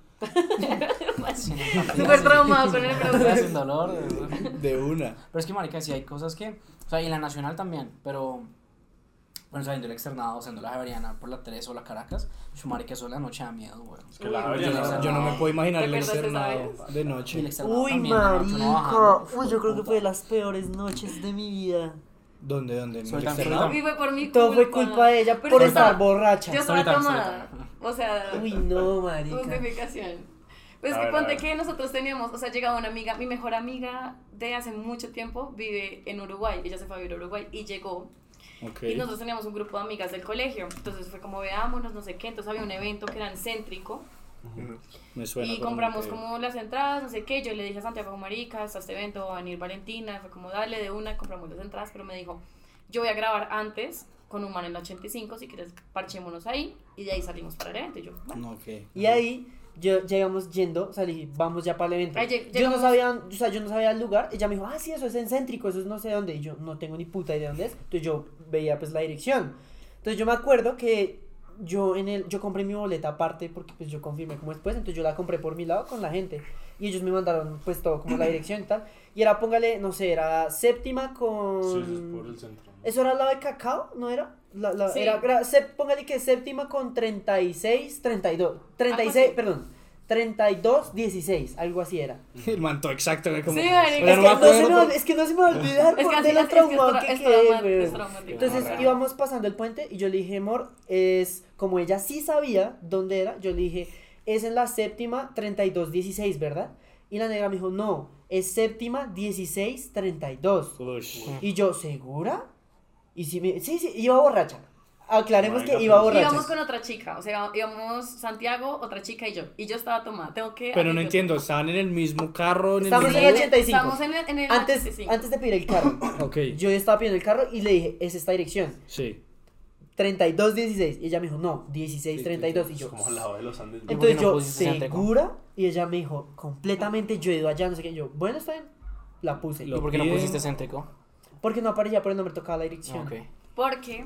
Speaker 6: Sí,
Speaker 7: Súper traumado con el
Speaker 6: Sin
Speaker 7: proceso.
Speaker 6: dolor.
Speaker 4: De una.
Speaker 6: Pero es que, marica, sí hay cosas que... O sea, y la Nacional también, pero... Bueno, sabiendo el externado, siendo la Javeriana por la tres o la Caracas, pues, marica, eso de la noche da miedo, güey.
Speaker 5: Es que la
Speaker 7: Uy,
Speaker 4: Yo
Speaker 5: Javeriana-
Speaker 4: no, yo no me puedo imaginar
Speaker 7: ¿Te
Speaker 4: el
Speaker 7: acuerdas de esa
Speaker 4: externado
Speaker 7: vez?
Speaker 4: de
Speaker 6: Y el
Speaker 4: noche.
Speaker 6: externado
Speaker 8: Uy,
Speaker 6: también, de la noche uno
Speaker 8: marica.
Speaker 6: bajando,
Speaker 8: Uy, yo creo que
Speaker 6: puta.
Speaker 8: fue de las peores noches de mi vida.
Speaker 4: ¿Dónde, dónde? ¿En el
Speaker 6: Suelta,
Speaker 4: externado?
Speaker 6: suelta.
Speaker 7: Y fue por mi
Speaker 8: Todo fue
Speaker 7: culpa.
Speaker 8: culpa de ella
Speaker 7: Pero
Speaker 8: por
Speaker 7: yo
Speaker 8: estar
Speaker 7: estaba-
Speaker 8: borracha.
Speaker 7: Yo estaba
Speaker 6: Story time,
Speaker 7: tomada.
Speaker 6: story
Speaker 7: O sea,
Speaker 8: Uy, no, marica.
Speaker 7: justificación. Pues
Speaker 5: A
Speaker 7: que
Speaker 5: ver, a
Speaker 7: ponte
Speaker 5: ver.
Speaker 7: que nosotros teníamos, o sea, llegaba una amiga, mi mejor amiga de hace mucho tiempo vive en Uruguay, ella se fue a vivir a Uruguay y llegó.
Speaker 4: Ok.
Speaker 7: Y nosotros teníamos un grupo de amigas del colegio, entonces fue como veámonos, no sé qué, entonces había un evento que era en Céntrico
Speaker 4: Me suena.
Speaker 7: y
Speaker 4: pero no
Speaker 7: compramos
Speaker 4: creo.
Speaker 7: como las entradas, no sé qué, yo le dije a Santiago marica, hasta este evento va a venir Valentina, fue como dale de una, compramos las entradas, pero me dijo, yo voy a grabar antes con un man en la ochenta y cinco, si quieres parchémonos ahí y de ahí salimos para el evento y yo, bueno.
Speaker 4: No, ok.
Speaker 8: Y ahí yo llegamos yendo, o sea, le dije, vamos ya para el evento.
Speaker 7: Ahí lleg-
Speaker 8: yo
Speaker 7: llegamos-
Speaker 8: no sabía, o sea, yo no sabía el lugar. Ella me dijo, ah, sí, eso es en Céntrico, eso es no sé dónde. Y yo no tengo ni puta idea de dónde es. Entonces yo veía pues la dirección. Entonces yo me acuerdo que yo en el, yo compré mi boleta aparte porque pues yo confirmé como después. Entonces yo la compré por mi lado con la gente. Y ellos me mandaron pues todo como la dirección y tal. Y era, póngale, no sé, era séptima con...
Speaker 5: Sí, eso es por el centro.
Speaker 8: ¿Eso era al lado de Cacao? ¿No era? La, la,
Speaker 7: Sí.
Speaker 8: era, era sep- póngale que séptima con treinta y seis, treinta y dos. treinta y seis,
Speaker 7: Algo así.
Speaker 8: perdón. treinta y dos, dieciséis, algo así era.
Speaker 4: El manto exacto, güey, como...
Speaker 7: Sí, marica.
Speaker 4: o sea,
Speaker 8: Es
Speaker 4: no
Speaker 8: que
Speaker 4: me
Speaker 8: no, se
Speaker 4: acuerdo,
Speaker 8: me,
Speaker 4: pero-
Speaker 8: es que no se me va a olvidar
Speaker 7: Es
Speaker 8: por
Speaker 7: que
Speaker 8: de
Speaker 7: así-
Speaker 8: lo
Speaker 7: es que es
Speaker 8: traumado
Speaker 7: tra-
Speaker 8: que
Speaker 7: es
Speaker 8: quedé,
Speaker 7: trauma-
Speaker 8: güey.
Speaker 7: es traumático.
Speaker 8: Entonces
Speaker 5: Ah,
Speaker 8: íbamos pasando el puente y yo le dije, amor, es como ella sí sabía dónde era, yo le dije, es en la séptima treinta y dos dieciséis, ¿verdad? Y la negra me dijo, no, es séptima dieciséis treinta y dos.
Speaker 4: Ush.
Speaker 8: Y yo, ¿segura? Y si me, sí, sí, iba borracha. Aclaremos
Speaker 5: Marica,
Speaker 8: que iba
Speaker 5: pues,
Speaker 8: borracha.
Speaker 7: Íbamos con otra chica, o sea, íbamos Santiago, otra chica y yo. Y yo estaba tomada. Tengo que.
Speaker 4: Pero no
Speaker 7: admitirlo.
Speaker 4: entiendo, ¿estaban en el mismo carro? En el
Speaker 8: Estamos en
Speaker 4: mismo...
Speaker 8: el ochenta y cinco.
Speaker 7: Estamos en el, en el
Speaker 8: Antes,
Speaker 7: ochenta y cinco.
Speaker 8: antes de pedir el carro,
Speaker 4: Ok,
Speaker 8: yo estaba pidiendo el carro y le dije, es esta dirección,
Speaker 4: sí.
Speaker 8: treinta y dos dieciséis. Y ella me dijo, no, dieciséis treinta y dos. Y
Speaker 5: Es
Speaker 8: yo,
Speaker 5: como al lado de los Andes.
Speaker 6: por
Speaker 8: entonces
Speaker 6: qué no
Speaker 8: yo,
Speaker 6: pusiste Céntrico?
Speaker 8: ¿segura? Y ella me dijo, completamente, yo he ido allá, no sé qué. Y yo, bueno, está bien. La puse.
Speaker 4: Lo
Speaker 6: ¿Y por qué no
Speaker 4: piden.
Speaker 6: pusiste céntrico?
Speaker 8: Porque no aparecía, pero no me tocaba la dirección.
Speaker 6: Ok.
Speaker 7: Porque.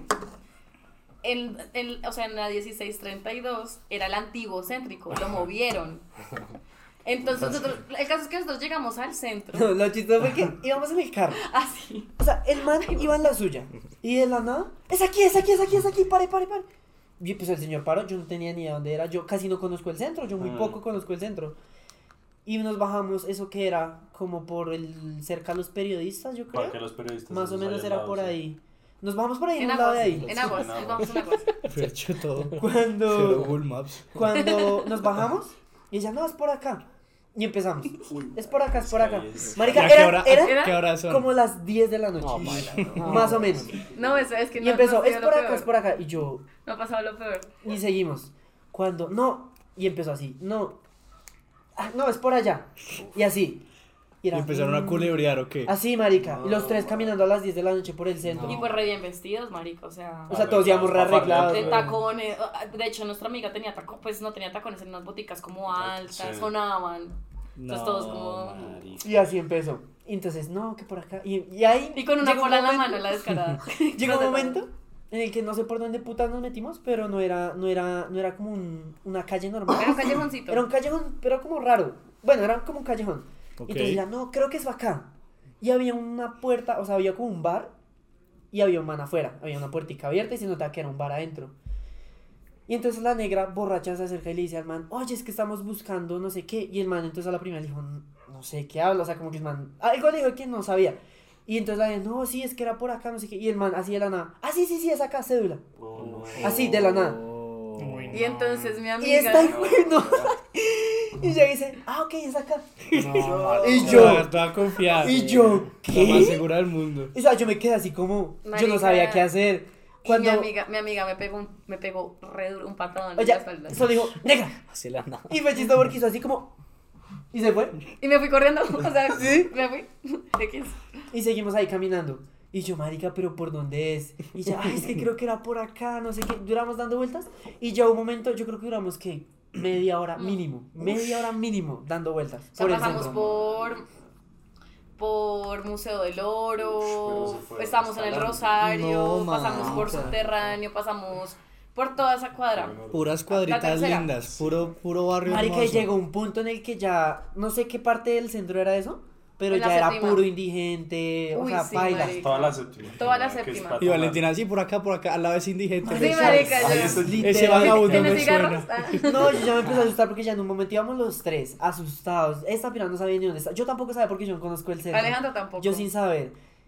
Speaker 7: En, en- o sea, en la dieciséis treinta y dos era el antiguo céntrico, lo movieron. Entonces, nosotros, el caso es que nosotros llegamos al centro.
Speaker 8: No, lo chistoso fue que íbamos en el carro.
Speaker 7: Así.
Speaker 8: O sea, el man iba en la suya. Y de la nada, es aquí, es aquí, es aquí, es aquí, pare, pare, pare. Y pues el señor paró, yo no tenía ni idea dónde era. Yo casi no conozco el centro, yo muy
Speaker 5: Mm.
Speaker 8: poco conozco el centro. Y nos bajamos, eso que era como por el cerca a los periodistas, yo creo.
Speaker 5: Para que los periodistas.
Speaker 8: Más o
Speaker 5: esos
Speaker 8: menos
Speaker 5: ahí al
Speaker 8: era
Speaker 5: lado,
Speaker 8: por
Speaker 5: sí.
Speaker 8: ahí. Nos bajamos por ahí en,
Speaker 7: En
Speaker 8: un lado de
Speaker 7: aguas.
Speaker 8: ahí.
Speaker 7: En aguas.
Speaker 5: En aguas.
Speaker 7: Vamos en aguas.
Speaker 4: De hecho, todo. Cero
Speaker 8: Cuando,
Speaker 4: Google Maps.
Speaker 8: cuando nos bajamos, y ella, no, es por acá. Y empezamos. Es por acá, es por
Speaker 5: Es
Speaker 8: acá.
Speaker 5: que ahí es-
Speaker 8: Marica,
Speaker 4: ¿Y a qué
Speaker 8: era,
Speaker 4: hora,
Speaker 8: era
Speaker 7: era
Speaker 4: ¿qué hora son?
Speaker 8: como las diez de la noche.
Speaker 6: No, baila, no.
Speaker 8: Más o menos.
Speaker 7: No, eso es que no.
Speaker 8: Y empezó,
Speaker 7: no ha
Speaker 8: es
Speaker 7: sido
Speaker 8: por
Speaker 7: lo
Speaker 8: acá,
Speaker 7: peor.
Speaker 8: es por acá. Y yo,
Speaker 7: No ha pasado lo peor.
Speaker 8: y seguimos. Cuando, no. Y empezó así, no. Ah, no, es por allá. Y así. Y
Speaker 4: ¿Y
Speaker 8: era,
Speaker 4: empezaron a
Speaker 8: mm,
Speaker 4: culebrear o qué?
Speaker 8: Así, marica. y los
Speaker 5: No,
Speaker 8: tres
Speaker 5: marica.
Speaker 8: caminando a las diez de la noche por el centro.
Speaker 7: Y pues re bien vestidos, marica, o sea.
Speaker 8: O sea,
Speaker 5: A
Speaker 8: todos
Speaker 5: ver,
Speaker 8: íbamos
Speaker 5: para
Speaker 8: rearreglados.
Speaker 5: farrear,
Speaker 7: De
Speaker 8: güey.
Speaker 7: tacones, de hecho nuestra amiga tenía tacones, pues no tenía tacones en unas boticas como altas,
Speaker 5: Sí.
Speaker 7: sonaban. Entonces todos como...
Speaker 4: marica.
Speaker 8: Y así empezó. Y entonces, no, que por acá. Y, y ahí.
Speaker 7: Y con una
Speaker 8: llegó un
Speaker 7: pola en la
Speaker 8: momento-
Speaker 7: mano, la descarada.
Speaker 8: Llegó
Speaker 7: No
Speaker 8: un
Speaker 7: sé
Speaker 8: momento en el que no sé por dónde putas nos metimos, pero no era, no era, no era como un- una calle normal.
Speaker 7: Era un callejoncito.
Speaker 8: Era un callejón, pero como raro. Bueno, era como un callejón.
Speaker 4: Ok.
Speaker 8: Y entonces ya, no, creo que es acá. Y había una puerta, o sea, había como un bar y había un man afuera. Había una puertica abierta y se notaba que era un bar adentro. Y entonces la negra borracha se acerca y le dice al man, oye, es que estamos buscando no sé qué. Y el man entonces a la primera le dijo, no sé qué habla, o sea, como que el man, algo le dijo que no sabía. Y entonces la negra, no, sí, es que era por acá, no sé qué. Y el man, así de la nada, ah, sí, sí, sí, es acá, cédula.
Speaker 5: Oh, no.
Speaker 8: Así, de la nada.
Speaker 4: Oh.
Speaker 7: Y entonces mi amiga...
Speaker 8: Y está bueno. Y ella dice, ah, ok, es acá.
Speaker 6: No,
Speaker 8: Y
Speaker 4: Toda-
Speaker 8: yo,
Speaker 4: toda confiada.
Speaker 8: y yo,
Speaker 4: La más
Speaker 8: ¿qué?
Speaker 4: segura del mundo.
Speaker 8: O sea, yo me quedé así como, yo no
Speaker 7: Marica.
Speaker 8: sabía qué hacer.
Speaker 7: Y
Speaker 8: Cuando,
Speaker 7: mi amiga, mi amiga me pegó un, me pegó re duro un patadón en
Speaker 8: oye,
Speaker 7: la espalda.
Speaker 8: solo dijo, negra.
Speaker 6: así la nada.
Speaker 8: Y fue chistoso porque hizo así como, Y se fue.
Speaker 7: Y me fui corriendo, o sea, ¿sí? Me fui. X.
Speaker 8: Y seguimos ahí caminando. Y yo, marica, ¿pero por dónde es? Y ya, ay, es que creo que era por acá, no sé qué. Duramos dando vueltas. Y ya un momento, yo creo que duramos, ¿qué? Media hora mínimo. Media hora mínimo dando vueltas.
Speaker 7: O sea,
Speaker 8: por el
Speaker 7: pasamos
Speaker 8: centro.
Speaker 7: por, por Museo del Oro,
Speaker 5: Pero se fue
Speaker 7: estamos en el
Speaker 5: escalando.
Speaker 7: Rosario,
Speaker 4: No,
Speaker 7: pasamos por
Speaker 4: marica.
Speaker 7: Subterráneo, pasamos por toda esa cuadra.
Speaker 4: Puras
Speaker 7: La
Speaker 4: cuadritas
Speaker 7: tercera.
Speaker 4: lindas, puro, puro barrio
Speaker 8: Marica, y
Speaker 4: hermoso.
Speaker 8: llegó un punto en el que ya, no sé qué parte del centro era eso, pero
Speaker 7: En la
Speaker 8: ya era
Speaker 7: séptima.
Speaker 8: puro indigente, o
Speaker 7: Uy,
Speaker 8: sea,
Speaker 7: sí,
Speaker 8: baila.
Speaker 7: marica.
Speaker 5: Toda la séptima.
Speaker 7: Toda la
Speaker 5: Que es
Speaker 7: séptima.
Speaker 5: para
Speaker 4: Y
Speaker 5: tomar.
Speaker 4: Valentina, sí, por acá, por acá, al lado es indigente.
Speaker 7: Sí,
Speaker 4: me
Speaker 7: marica,
Speaker 4: suena.
Speaker 5: Ahí
Speaker 7: ya.
Speaker 5: está el-
Speaker 4: Ese vagabundo
Speaker 7: ¿Tiene
Speaker 4: me
Speaker 7: cigarros?
Speaker 4: suena.
Speaker 7: Ah.
Speaker 8: No, yo ya me empecé a asustar porque ya en un momento íbamos los tres, asustados. Esta pirata no sabía ni dónde está. Yo tampoco sabía porque yo no conozco el centro.
Speaker 7: Alejandro tampoco.
Speaker 8: Yo sin saber.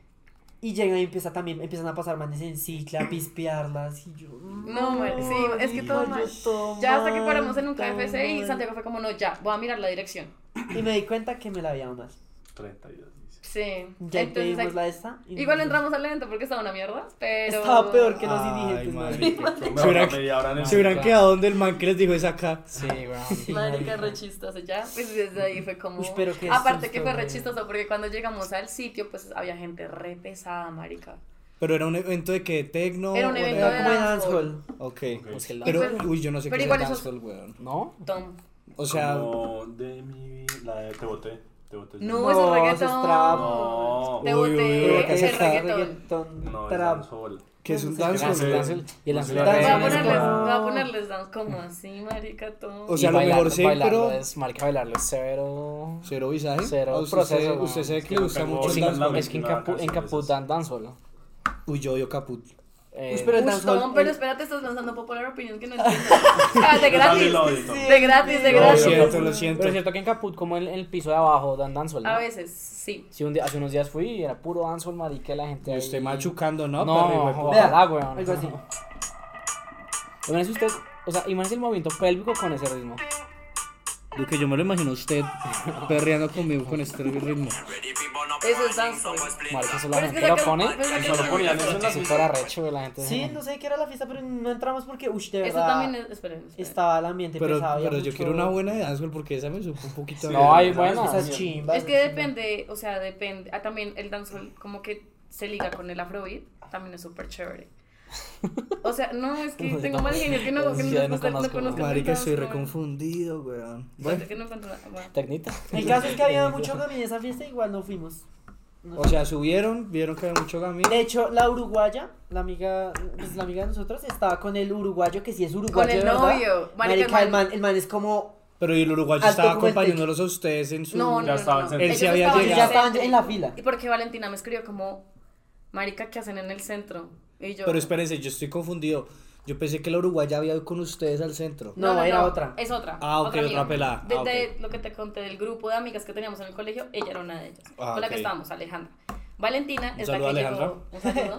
Speaker 8: Y llegan y empieza también, empiezan a pasar manes en cicla, a pispearlas. Y yo.
Speaker 7: No, man, sí, es que todo
Speaker 8: yo
Speaker 7: mal.
Speaker 8: todo
Speaker 7: Ya hasta que
Speaker 8: mal,
Speaker 7: paramos en un K
Speaker 8: todo
Speaker 7: F C y
Speaker 8: mal.
Speaker 7: Santiago fue como, no, ya, voy a mirar la dirección.
Speaker 8: Y me di cuenta que me la había más.
Speaker 5: treinta y dos, dice.
Speaker 7: Sí.
Speaker 8: Ya
Speaker 7: Entonces,
Speaker 8: pedimos
Speaker 7: ahí-
Speaker 8: la esta. y
Speaker 7: igual
Speaker 8: no-
Speaker 7: entramos al evento porque estaba una mierda, pero...
Speaker 8: Estaba peor que los
Speaker 4: Ay,
Speaker 8: indigentes.
Speaker 4: marica.
Speaker 8: marica.
Speaker 5: Me
Speaker 4: Se hubieran-
Speaker 5: ahorra media hora en el
Speaker 4: Se hubieran
Speaker 6: Marica.
Speaker 4: quedado donde el man que les dijo es acá.
Speaker 6: Sí, weón.
Speaker 7: Marica, re chistoso, ya, pues desde ahí fue como...
Speaker 8: Uy, pero qué
Speaker 7: Aparte
Speaker 8: susto,
Speaker 7: que fue re
Speaker 8: güey.
Speaker 7: chistoso porque cuando llegamos al sitio, pues había gente re pesada, marica.
Speaker 4: Pero era un evento de que tecno.
Speaker 7: Era un
Speaker 4: o
Speaker 7: evento
Speaker 8: Era
Speaker 7: de
Speaker 8: como de
Speaker 7: dancehall.
Speaker 8: dancehall.
Speaker 4: Ok.
Speaker 6: Pues que el
Speaker 4: Pero,
Speaker 7: pues-
Speaker 4: uy, yo no sé
Speaker 7: pero
Speaker 4: qué
Speaker 7: igual
Speaker 4: es el
Speaker 7: esos-
Speaker 4: dancehall, weón.
Speaker 6: ¿No?
Speaker 7: Tom.
Speaker 4: O sea,
Speaker 5: Como de mi... La de Te Boté. Te Boté.
Speaker 7: No,
Speaker 8: No,
Speaker 7: eso es
Speaker 8: eso
Speaker 7: reggaetón.
Speaker 8: es trap.
Speaker 5: No.
Speaker 7: Te
Speaker 4: Uy, uy, uy,
Speaker 7: boté,
Speaker 4: acá
Speaker 7: es
Speaker 4: se
Speaker 7: el
Speaker 4: está
Speaker 7: reggaetón.
Speaker 5: No, es
Speaker 8: trap.
Speaker 5: dancehall.
Speaker 4: que es un
Speaker 8: Sí,
Speaker 4: dancehall.
Speaker 5: sí.
Speaker 6: Dancehall. Y el dancehall
Speaker 5: Voy
Speaker 7: Voy
Speaker 6: es
Speaker 7: a
Speaker 8: Dancehall.
Speaker 6: re-
Speaker 7: ponerles,
Speaker 8: como-
Speaker 7: voy a ponerles dance como así, marica, todo.
Speaker 4: O sea,
Speaker 6: y
Speaker 4: lo
Speaker 6: bailar-
Speaker 4: mejor sí,
Speaker 6: bailarlo
Speaker 4: pero-
Speaker 6: es, marica, bailarlo es severo.
Speaker 4: Cero visaje.
Speaker 6: Cero
Speaker 4: ¿A usted,
Speaker 6: proceso,
Speaker 4: se-
Speaker 6: weón.
Speaker 4: usted se ve que
Speaker 5: Sí,
Speaker 4: le gusta
Speaker 5: no,
Speaker 4: mucho
Speaker 6: Es
Speaker 4: el
Speaker 6: que,
Speaker 5: en la
Speaker 4: dancehall.
Speaker 6: es que en,
Speaker 5: mezcla
Speaker 6: Capu, en
Speaker 5: canciones.
Speaker 6: Caput dan dancehall.
Speaker 4: Uy, yo odio Caput.
Speaker 6: Eh,
Speaker 8: Uy, pero el
Speaker 7: Uy,
Speaker 8: dancehall-
Speaker 7: Tom, pero
Speaker 8: el-
Speaker 7: espérate, estás lanzando popular opinion que no entiendo. Ah, de
Speaker 5: Yo también
Speaker 7: gratis.
Speaker 5: lo odio, Tom.
Speaker 7: De gratis, de
Speaker 4: Lo
Speaker 7: gratis.
Speaker 4: siento, lo siento.
Speaker 6: Pero es cierto que en Caput, como en, en el piso de abajo, dan dancehall, ¿no?
Speaker 7: A veces, sí.
Speaker 6: Sí, un día, hace unos días fui y era puro dancehall, marica, y la gente
Speaker 4: Y
Speaker 6: ahí...
Speaker 4: usted machucando, ¿no?
Speaker 6: No,
Speaker 4: Perro, hijo de puta.
Speaker 6: ojalá, weón.
Speaker 8: Algo así.
Speaker 6: Imagínese usted, o sea, imagínese el movimiento pélvico con ese ritmo.
Speaker 4: Lo que yo me lo imagino a usted perreando conmigo con este ritmo.
Speaker 7: Eso es dancehall.
Speaker 6: Marica, eso la
Speaker 7: Pero es que
Speaker 6: gente lo
Speaker 7: saca-
Speaker 6: pone.
Speaker 7: pero es que
Speaker 5: Y solo
Speaker 7: saca-
Speaker 5: ponían eso en la
Speaker 6: Si
Speaker 5: fiesta.
Speaker 6: fuera recho, güey, la gente...
Speaker 8: Sí, no sé qué era la fiesta, pero no entramos porque, uy, de
Speaker 7: Eso
Speaker 8: verdad.
Speaker 7: también es, esperen, esperen.
Speaker 8: Estaba el ambiente
Speaker 4: Pero,
Speaker 8: pesado. había
Speaker 4: pero yo
Speaker 8: mucho-
Speaker 4: quiero una buena de dancehall porque esa me supo un poquito.
Speaker 6: No, hay
Speaker 5: esa
Speaker 6: buenas.
Speaker 8: Esas chimbas.
Speaker 7: Es que depende, o sea, depende. Ah, también el dancehall como que se liga con el afrobeat, también es súper chévere. O sea, no, es que
Speaker 6: No,
Speaker 7: tengo
Speaker 6: no.
Speaker 7: mal genio que no, que
Speaker 6: Sí,
Speaker 7: no,
Speaker 6: no
Speaker 7: no,
Speaker 6: conozco.
Speaker 7: conozco el
Speaker 4: Marica, estoy
Speaker 7: dancehall.
Speaker 4: reconfundido, weón.
Speaker 7: Espérate
Speaker 4: Bueno,
Speaker 7: que no encuentro nada. Bueno.
Speaker 6: Tecnita.
Speaker 8: El caso es que había mucho gami en esa fiesta, igual no fuimos. No
Speaker 4: o
Speaker 8: sé.
Speaker 4: sea, subieron, vieron que había mucho gamín.
Speaker 8: De hecho, la uruguaya, la amiga, pues, la amiga de nosotros, estaba con el uruguayo, que sí es uruguayo.
Speaker 7: Con el
Speaker 8: de verdad.
Speaker 7: novio. Marica,
Speaker 8: Marica,
Speaker 7: el
Speaker 8: el
Speaker 7: man-
Speaker 8: man, el man es como.
Speaker 4: Pero y el uruguayo
Speaker 8: Alto
Speaker 4: estaba
Speaker 8: como el
Speaker 4: acompañándolos a ustedes en su.
Speaker 7: No, no,
Speaker 5: Ya
Speaker 7: no,
Speaker 5: estaba
Speaker 7: no.
Speaker 5: en
Speaker 4: Él sí
Speaker 7: Ellos
Speaker 4: había
Speaker 7: estaban
Speaker 8: Ellos
Speaker 4: llegado.
Speaker 8: ya estaban en la fila.
Speaker 7: Y porque Valentina me escribió como, marica, ¿qué hacen en el centro? Y yo...
Speaker 4: Pero espérense, yo estoy confundido. Yo pensé que la uruguaya había ido con ustedes al centro.
Speaker 8: No, era otra.
Speaker 7: Es otra.
Speaker 4: Ah, ok, otra
Speaker 7: amiga.
Speaker 4: pelada.
Speaker 7: De,
Speaker 4: Ah, ok.
Speaker 7: de lo que te conté del grupo de amigas que teníamos en el colegio, ella era una de ellas.
Speaker 4: Ah,
Speaker 7: con la
Speaker 4: ok.
Speaker 7: que estábamos, Alejandra. Valentina
Speaker 4: Un
Speaker 7: es la
Speaker 4: saludo,
Speaker 7: que
Speaker 4: Alejandra.
Speaker 7: llegó. Un saludo.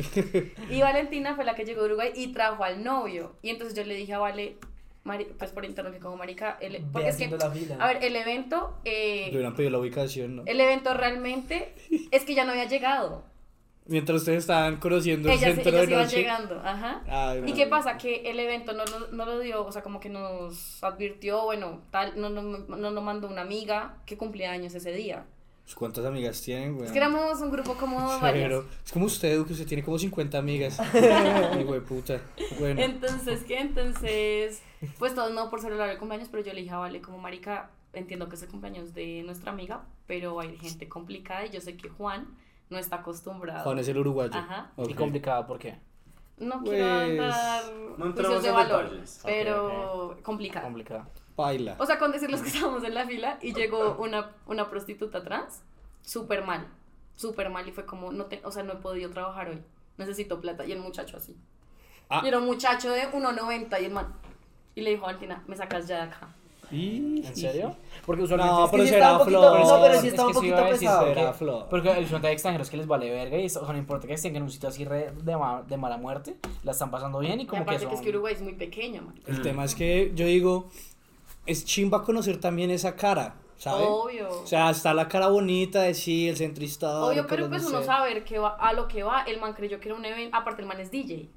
Speaker 7: Y Valentina fue la que llegó de Uruguay y trajo al novio. Y entonces yo le dije a Vale, Mari, pues por internet, que como marica, el,
Speaker 8: Ve
Speaker 7: porque es que,
Speaker 8: haciendo la fila.
Speaker 7: a ver, el evento, eh,
Speaker 4: Le hubieran pedido la ubicación, ¿no?
Speaker 7: el evento realmente es que ya no había llegado.
Speaker 4: Mientras ustedes estaban conociendo el
Speaker 7: Ellas,
Speaker 4: centro
Speaker 7: ellas
Speaker 4: de
Speaker 7: iban
Speaker 4: noche.
Speaker 7: llegando, ajá.
Speaker 4: Ay,
Speaker 7: ¿Y
Speaker 4: madre.
Speaker 7: qué pasa? Que el evento no, lo- no lo dio, o sea, como que nos advirtió, bueno, tal, no no, no nos mandó una amiga que cumplía años ese día.
Speaker 4: Pues, ¿cuántas amigas tienen, güey?
Speaker 7: Es que éramos un grupo como varias.
Speaker 4: Pero es como usted, que usted tiene como cincuenta amigas. Hijo de puta. Bueno.
Speaker 7: Entonces, ¿qué? Entonces, pues todos no por celebrar el cumpleaños, pero yo le dije a Vale, como marica, entiendo que es el cumpleaños de nuestra amiga, pero hay gente complicada y yo sé que Juan no está acostumbrado.
Speaker 4: Juan es el uruguayo.
Speaker 7: Ajá.
Speaker 4: Ok.
Speaker 6: Y complicada, ¿por qué?
Speaker 7: No
Speaker 4: Pues,
Speaker 7: quiero dar
Speaker 5: no
Speaker 7: juicios
Speaker 5: entremos
Speaker 7: de
Speaker 5: en
Speaker 7: valor,
Speaker 5: detalles.
Speaker 7: pero complicada.
Speaker 6: Complicada.
Speaker 4: Paila.
Speaker 7: O sea, con decirles que estábamos en la fila y llegó una, una prostituta trans, súper mal, súper mal y fue como, no te, o sea, no he podido trabajar hoy, necesito plata. Y el muchacho así.
Speaker 4: Ah.
Speaker 7: Y era un muchacho de uno noventa y el man. Y le dijo a Valentina, me sacas ya de acá.
Speaker 4: Y-
Speaker 6: ¿En serio? Porque usualmente...
Speaker 4: No,
Speaker 6: es que
Speaker 4: pero
Speaker 8: sí
Speaker 4: será
Speaker 8: está un poquito-
Speaker 4: flor.
Speaker 8: no, pero sí
Speaker 6: es
Speaker 8: está un
Speaker 6: que eso
Speaker 8: poquito
Speaker 6: iba a decir,
Speaker 8: pesado.
Speaker 4: Será
Speaker 6: que-
Speaker 4: flor.
Speaker 6: Porque el usualmente hay extranjeros que les vale verga y eso, o sea, no importa que estén en un sitio así re de, ma- de mala muerte, la están pasando bien y
Speaker 7: Y
Speaker 6: como que
Speaker 7: aparte
Speaker 6: son...
Speaker 7: que es que Uruguay es muy pequeño, man.
Speaker 4: El tema es que yo digo, es chimba conocer también esa cara, ¿sabes?
Speaker 7: Obvio.
Speaker 4: O sea, está la cara bonita de sí, el centro histórico.
Speaker 7: Obvio, pero
Speaker 4: los
Speaker 7: pues
Speaker 4: no
Speaker 7: uno
Speaker 4: sé.
Speaker 7: saber que va, a lo que va, el man creyó que era un evento, aparte el man es D J.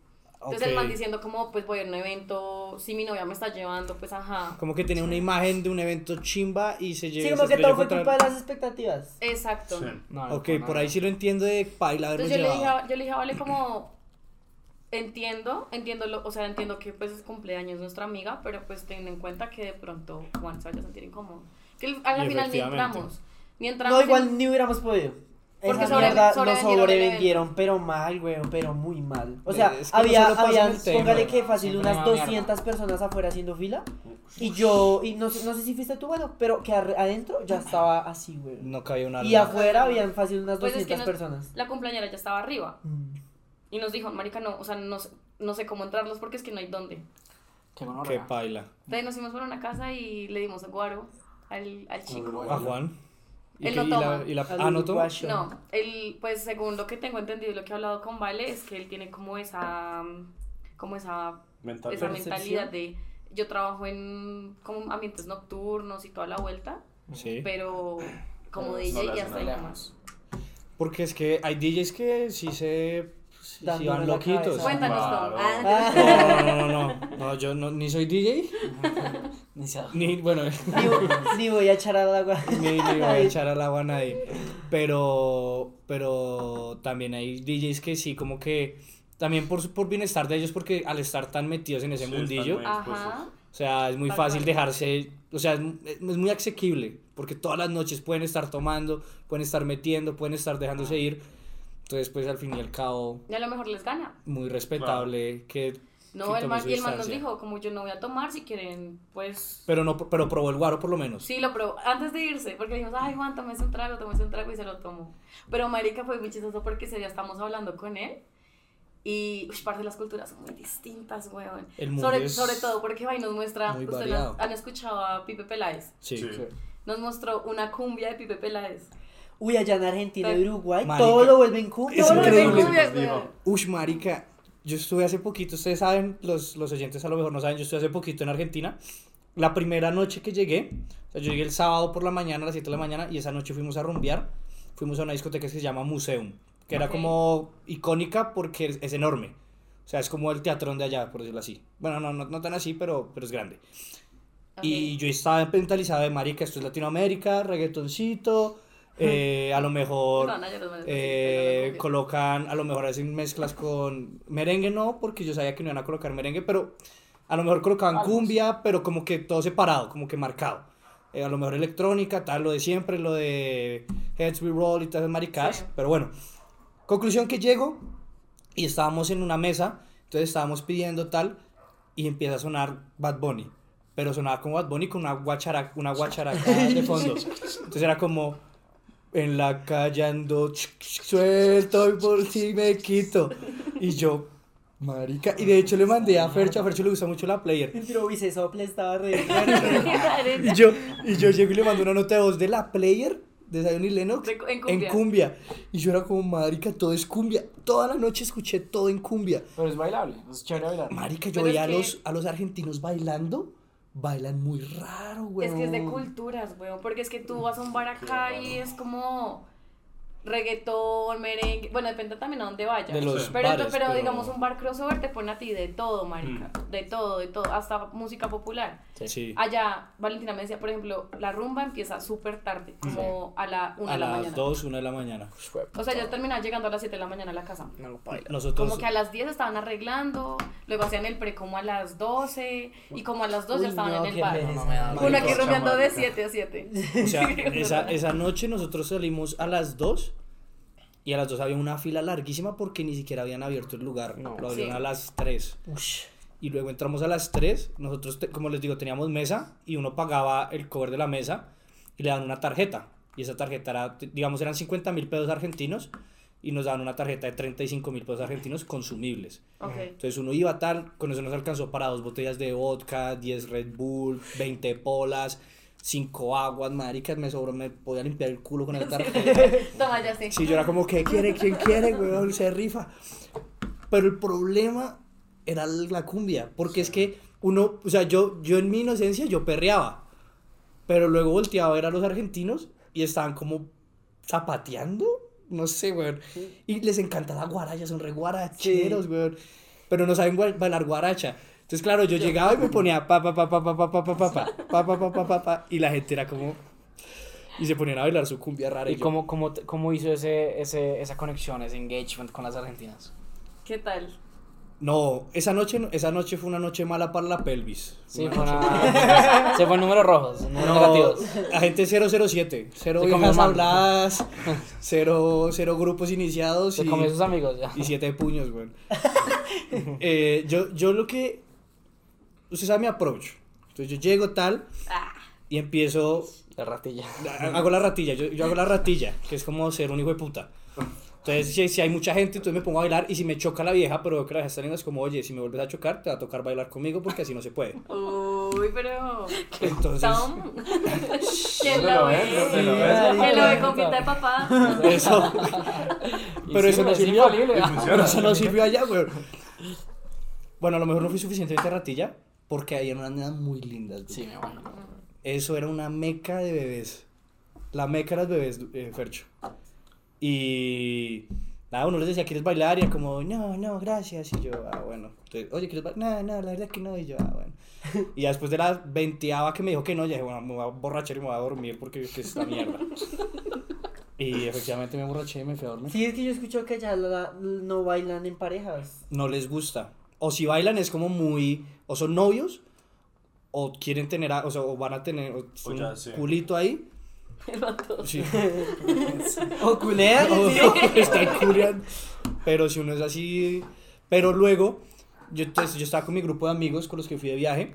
Speaker 7: Entonces
Speaker 4: Ok.
Speaker 7: el man diciendo como, pues voy a un evento, si mi novia me está llevando, pues ajá.
Speaker 4: Como que tenía una imagen de un evento chimba y se llegó.
Speaker 8: Sí, como que todo fue culpa de las expectativas.
Speaker 7: Exacto.
Speaker 5: Sí.
Speaker 6: No, no,
Speaker 4: Ok,
Speaker 6: no,
Speaker 4: por
Speaker 6: no.
Speaker 4: ahí sí lo entiendo de paila haberlo
Speaker 7: Entonces yo le, dije
Speaker 4: llevado.
Speaker 7: a, yo le dije a Vale como, entiendo, entiendo, lo, o sea, entiendo que pues es cumpleaños nuestra amiga, pero pues ten en cuenta que de pronto Juan se vaya a sentir incómodo. Que el- a la
Speaker 4: Y
Speaker 7: final ni
Speaker 4: efectivamente.
Speaker 7: entramos, ni entramos.
Speaker 8: No,
Speaker 7: en-
Speaker 8: igual ni hubiéramos podido.
Speaker 7: Porque
Speaker 8: Esa
Speaker 7: sobre-
Speaker 8: mierda
Speaker 7: sobrevendieron
Speaker 8: nos
Speaker 7: el
Speaker 8: sobrevendieron, pero mal, weón, pero muy mal. O
Speaker 4: Eh,
Speaker 8: sea,
Speaker 4: es que no
Speaker 8: había,
Speaker 4: solo pasa en
Speaker 8: habían,
Speaker 4: el tema.
Speaker 8: póngale que fácil
Speaker 6: Siempre
Speaker 8: unas
Speaker 6: una mierda.
Speaker 8: doscientas personas afuera haciendo fila. Y yo, y no, sé- no sé si fuiste tú, bueno, pero que ar- adentro ya estaba así, weón.
Speaker 4: No cabía un
Speaker 8: Y
Speaker 4: alma.
Speaker 8: afuera habían fácil unas
Speaker 7: Pues es que
Speaker 8: doscientas
Speaker 7: nos-
Speaker 8: personas.
Speaker 7: La cumpleañera ya estaba arriba
Speaker 8: Mm.
Speaker 7: y nos dijo, marica, no, o sea, no, sé- no sé cómo entrarlos porque es que no hay dónde.
Speaker 6: Qué
Speaker 4: Qué
Speaker 6: gonorrea.
Speaker 4: paila.
Speaker 7: Entonces nos fuimos para una casa y le dimos guaro al, al chico.
Speaker 4: A Juan. ¿Y
Speaker 7: Él
Speaker 4: qué-
Speaker 7: no
Speaker 4: y la-
Speaker 7: toma.
Speaker 4: y la-
Speaker 8: Al
Speaker 4: ah, no toma.
Speaker 8: uruguayo.
Speaker 7: No, él, pues según lo que tengo entendido y lo que he hablado con Vale, es que él tiene como esa, como esa,
Speaker 5: Mental.
Speaker 7: esa
Speaker 8: Percepción.
Speaker 7: mentalidad de, yo trabajo en como ambientes nocturnos y toda la vuelta,
Speaker 4: Sí.
Speaker 7: pero como
Speaker 5: No
Speaker 7: D J
Speaker 5: le
Speaker 7: y
Speaker 5: hacen
Speaker 7: hasta ahí
Speaker 5: nada.
Speaker 7: nomás.
Speaker 4: Porque es que hay D Js que sí se. Sí, sí
Speaker 8: Dándole
Speaker 4: van
Speaker 8: la
Speaker 4: loquitos.
Speaker 8: cabeza.
Speaker 7: Cuéntanos,
Speaker 5: Claro.
Speaker 7: Tom.
Speaker 8: Ah.
Speaker 4: No, no, no, no, no. No, yo no, ni soy D J,
Speaker 6: Ni se-
Speaker 4: ni, bueno,
Speaker 8: Ni, vo- ni voy a echar al agua.
Speaker 4: ni, ni voy a echar al agua a nadie. Pero, pero también hay D Js que sí, como que. También por, su- por bienestar de ellos, porque al estar tan metidos en ese
Speaker 5: Sí, están
Speaker 4: mundillo.
Speaker 5: muy-
Speaker 7: Ajá.
Speaker 4: O sea, es muy
Speaker 7: Tal
Speaker 4: fácil
Speaker 7: cual.
Speaker 4: dejarse, o sea, es, es muy asequible, porque todas las noches pueden estar tomando, pueden estar metiendo, pueden estar dejándose ir. Entonces, pues al fin y al cabo,
Speaker 7: Y a lo mejor les gana.
Speaker 4: muy respetable que...
Speaker 7: No,
Speaker 4: que
Speaker 7: el
Speaker 4: tome
Speaker 7: man,
Speaker 4: su
Speaker 7: y el man nos
Speaker 4: distancia.
Speaker 7: dijo, como yo no voy a tomar, si quieren, pues...
Speaker 4: Pero no, pero probó el guaro por lo menos.
Speaker 7: Sí, lo probó antes de irse, porque dijimos, ay Juan, tómese un trago, tómese un trago y se lo tomó. Pero marica fue muy chistoso porque ese día estamos hablando con él y, uy, parte de las culturas son muy distintas, weón.
Speaker 4: El mundo
Speaker 7: Sobre,
Speaker 4: es
Speaker 7: sobre todo porque ahí nos muestra,
Speaker 4: muy
Speaker 7: ustedes
Speaker 4: variado.
Speaker 7: han escuchado a Pipe Peláez,
Speaker 4: Sí.
Speaker 5: Sí.
Speaker 7: nos mostró una cumbia de Pipe Peláez.
Speaker 8: Uy, allá en Argentina y Uruguay,
Speaker 4: Marica,
Speaker 8: todo lo vuelven cumbia.
Speaker 4: es
Speaker 7: Todo lo de
Speaker 4: increíble.
Speaker 7: cumbia,
Speaker 5: Nos dijo.
Speaker 7: weón.
Speaker 4: Ush, marica, yo estuve hace poquito, ustedes saben, los, los oyentes a lo mejor no saben, yo estuve hace poquito en Argentina. La primera noche que llegué, o sea, yo llegué el sábado por la mañana, a las siete de la mañana, y esa noche fuimos a rumbear. Fuimos a una discoteca que se llama Museum, que era
Speaker 7: Ok.
Speaker 4: como icónica porque es, es enorme. O sea, es como el teatrón de allá, por decirlo así. Bueno, no, no, no tan así, pero, pero es grande.
Speaker 7: Ok.
Speaker 4: Y yo estaba mentalizado de marica, esto es Latinoamérica, reggaetoncito, eh, a lo mejor
Speaker 7: No, no, yo los manes
Speaker 4: eh,
Speaker 7: cumbia.
Speaker 4: colocan, a lo mejor hacen mezclas con merengue, no, porque yo sabía que no iban a colocar merengue, pero a lo mejor colocaban
Speaker 6: Algo
Speaker 4: cumbia, pero como que todo separado, como que marcado. Eh, a lo mejor electrónica, tal, lo de siempre, lo de Heads We Roll y todas esas maricadas,
Speaker 7: Sí.
Speaker 4: pero bueno. Conclusión que llego y estábamos en una mesa, entonces estábamos pidiendo tal y empieza a sonar Bad Bunny, pero sonaba como Bad Bunny con una guacharaca, una guacharaca de fondo. Entonces era como en la calle ando ch- ch- suelto y por si me quito. Y yo, marica, y de hecho le mandé a Fercho, a Fercho le gusta mucho la player.
Speaker 8: Pero uy, ese sople estaba re...
Speaker 4: Y yo, y yo llego y le mando una nota de voz de la player de Zion y Lennox
Speaker 7: De- en
Speaker 4: en
Speaker 7: cumbia.
Speaker 4: cumbia. Y yo era como, marica, todo es cumbia. Toda la noche escuché todo en cumbia.
Speaker 6: Pero es bailable, es chévere bailar.
Speaker 4: Marica, yo
Speaker 7: Pero
Speaker 4: veía
Speaker 7: es
Speaker 4: a,
Speaker 7: que-
Speaker 4: los, a los argentinos bailando. Bailan muy raro, güey.
Speaker 7: Es que es de culturas, weón, porque es que tú vas a un bar acá y es como reggaetón, merengue, bueno, depende también a dónde vayas.
Speaker 4: De los
Speaker 7: pero,
Speaker 4: bares,
Speaker 7: pero,
Speaker 4: pero-
Speaker 7: digamos un bar crossover te pone a ti de todo, marica,
Speaker 5: Mm.
Speaker 7: de todo, de todo, hasta música popular.
Speaker 4: Sí.
Speaker 7: Allá, Valentina me decía, por ejemplo, la rumba empieza súper tarde, como a la una
Speaker 4: A
Speaker 7: de la
Speaker 4: las
Speaker 7: mañana.
Speaker 4: dos, una de la mañana.
Speaker 7: O sea, yo terminaba llegando a las siete de la mañana a la casa.
Speaker 4: Nosotros.
Speaker 7: Como que a las diez estaban arreglando, luego hacían el pre como a las doce y como a las dos ya
Speaker 8: Uy,
Speaker 7: estaban
Speaker 8: no,
Speaker 7: en el
Speaker 8: qué
Speaker 7: bar.
Speaker 8: pereza.
Speaker 6: No, no me da-
Speaker 7: Uno aquí
Speaker 5: Marica,
Speaker 7: rumbeando de
Speaker 5: marica.
Speaker 7: siete a siete.
Speaker 4: O sea, esa, esa noche nosotros salimos a las dos y a las dos había una fila larguísima porque ni siquiera habían abierto el lugar.
Speaker 6: No.
Speaker 4: Lo abrieron
Speaker 7: Sí.
Speaker 4: a las tres.
Speaker 8: Ush.
Speaker 4: Y luego entramos a las tres. Nosotros, te- como les digo, teníamos mesa y uno pagaba el cover de la mesa y le daban una tarjeta. Y esa tarjeta era, digamos, eran cincuenta mil pesos argentinos y nos daban una tarjeta de treinta y cinco mil pesos argentinos consumibles.
Speaker 7: Ok.
Speaker 4: Entonces uno iba tal, con eso nos alcanzó para dos botellas de vodka, diez Red Bull, veinte polas, cinco aguas, maricas, me sobró, me podía limpiar el culo con esa tarjeta.
Speaker 7: Toma, ya sí.
Speaker 4: Sí, yo era como, ¿qué quiere? ¿Quién quiere, weón? Se rifa. Pero el problema era la cumbia, porque es que uno, o sea, yo, yo en mi inocencia yo perreaba, pero luego volteaba a ver a los argentinos y estaban como zapateando, no sé, weón. Y les encanta la guaraya, son re guaracheros, weón. pero no saben ba- bailar guaracha. Entonces, claro, yo llegaba y me ponía pa pa pa pa pa pa pa pa pa pa pa pa pa pa pa pa y la gente era como y se ponían a bailar su cumbia rara y
Speaker 6: ¿Y
Speaker 4: yo,
Speaker 6: cómo, cómo, te- cómo hizo ese, ese, esa conexión, ese engagement con las argentinas?
Speaker 7: ¿Qué tal?
Speaker 4: no, esa noche no- esa noche fue una noche mala para la pelvis.
Speaker 6: Sí,
Speaker 4: Una
Speaker 6: fue
Speaker 4: noche
Speaker 6: una... se fue en números rojos, números
Speaker 4: No,
Speaker 6: negativos.
Speaker 4: agente cero cero siete, cero
Speaker 6: Se comió
Speaker 4: viejas
Speaker 6: man.
Speaker 4: habladas, cero, cero grupos iniciados
Speaker 6: Se
Speaker 4: y,
Speaker 6: comió sus amigos ya.
Speaker 4: y siete puños, güey. eh, yo, yo lo que, usted sabe mi approach, entonces yo llego tal
Speaker 7: Ah,
Speaker 4: y empiezo,
Speaker 6: La ratilla.
Speaker 4: hago la ratilla, yo, yo hago la ratilla, que es como ser un hijo de puta. Entonces, si, si hay mucha gente, entonces me pongo a bailar y si me choca la vieja, pero veo que la vieja está linda, es como, oye, si me vuelves a chocar, te va a tocar bailar conmigo porque así no se puede.
Speaker 7: uy, pero...
Speaker 4: Entonces,
Speaker 7: Tom. ¿Quién
Speaker 5: ¿Dónde
Speaker 7: lo
Speaker 5: lo
Speaker 7: ve?
Speaker 5: ves? ¿Dónde lo
Speaker 8: Sí,
Speaker 5: ves?
Speaker 7: ¿Quién lo ve con pinta de papá?
Speaker 4: eso, pero eso no sirvió.
Speaker 5: Funciona.
Speaker 4: Pero eso no sirvió allá, güey. Bueno, a lo mejor no fui suficientemente ratilla porque ahí eran unas nenas muy lindas, güey.
Speaker 6: Sí, me bueno.
Speaker 4: Eso era una meca de bebés. La meca de los bebés, eh, Fercho. Y nada, uno les decía, ¿quieres bailar? Y era como, no, no, gracias. Y yo, ah, bueno. Entonces, oye, ¿quieres bailar? No, no, la verdad que no. Y yo, ah, bueno. Y ya después de la veinteava que me dijo que no, ya dije, bueno, me voy a borrachar y me voy a dormir porque que es esta mierda. Y efectivamente me borraché y me fui a dormir.
Speaker 8: Sí, es que yo escucho que allá la- no bailan en parejas.
Speaker 4: No les gusta. O si bailan es como muy, o son novios, o quieren tener, a- o sea, o van a tener o
Speaker 5: O
Speaker 4: un
Speaker 5: ya, sí.
Speaker 4: culito ahí.
Speaker 7: El vato.
Speaker 4: Sí.
Speaker 8: O culean,
Speaker 4: O-
Speaker 8: ¿sí?
Speaker 4: están culiando. Pero si uno es así. Pero luego, yo, entonces, yo estaba con mi grupo de amigos con los que fui de viaje.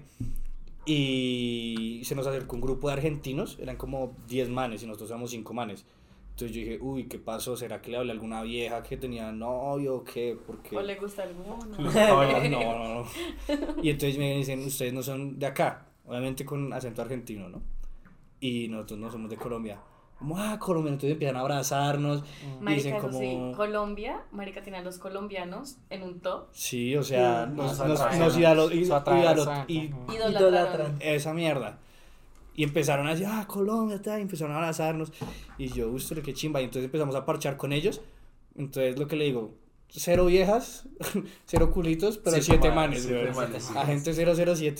Speaker 4: Y se nos acercó un grupo de argentinos. Eran como diez manes y nosotros éramos cinco manes. Entonces yo dije, uy, ¿qué pasó? ¿Será que le hablé a alguna vieja que tenía novio o qué? Porque...
Speaker 7: ¿O le gusta alguno?
Speaker 4: No, no, no. Y entonces me dicen, ustedes no son de acá. Obviamente con acento argentino, ¿no? Y nosotros no somos de Colombia. Como, ah, Colombia. Entonces empiezan a abrazarnos. Y dicen
Speaker 7: Marica, eso
Speaker 4: como...
Speaker 7: sí, Colombia, marica, tiene a los colombianos en un top.
Speaker 4: Sí, o sea,
Speaker 8: Mm,
Speaker 4: nos,
Speaker 6: no,
Speaker 4: nos,
Speaker 6: eso
Speaker 4: nos
Speaker 6: atrae,
Speaker 4: idolo-
Speaker 6: eso atrae,
Speaker 4: idolo-
Speaker 6: eso atrae.
Speaker 4: y
Speaker 7: Idolatraron.
Speaker 8: Idolatran.
Speaker 4: esa mierda. Y empezaron a decir, ah, Colombia, tal, y empezaron a abrazarnos. Y yo, uy, qué chimba. Y entonces empezamos a parchar con ellos. Entonces lo que le digo, cero viejas, cero culitos, pero
Speaker 5: Siete
Speaker 4: siete
Speaker 5: manes,
Speaker 4: manes,
Speaker 5: siete
Speaker 4: güey.
Speaker 5: manes, sí.
Speaker 4: Agente cero cero siete.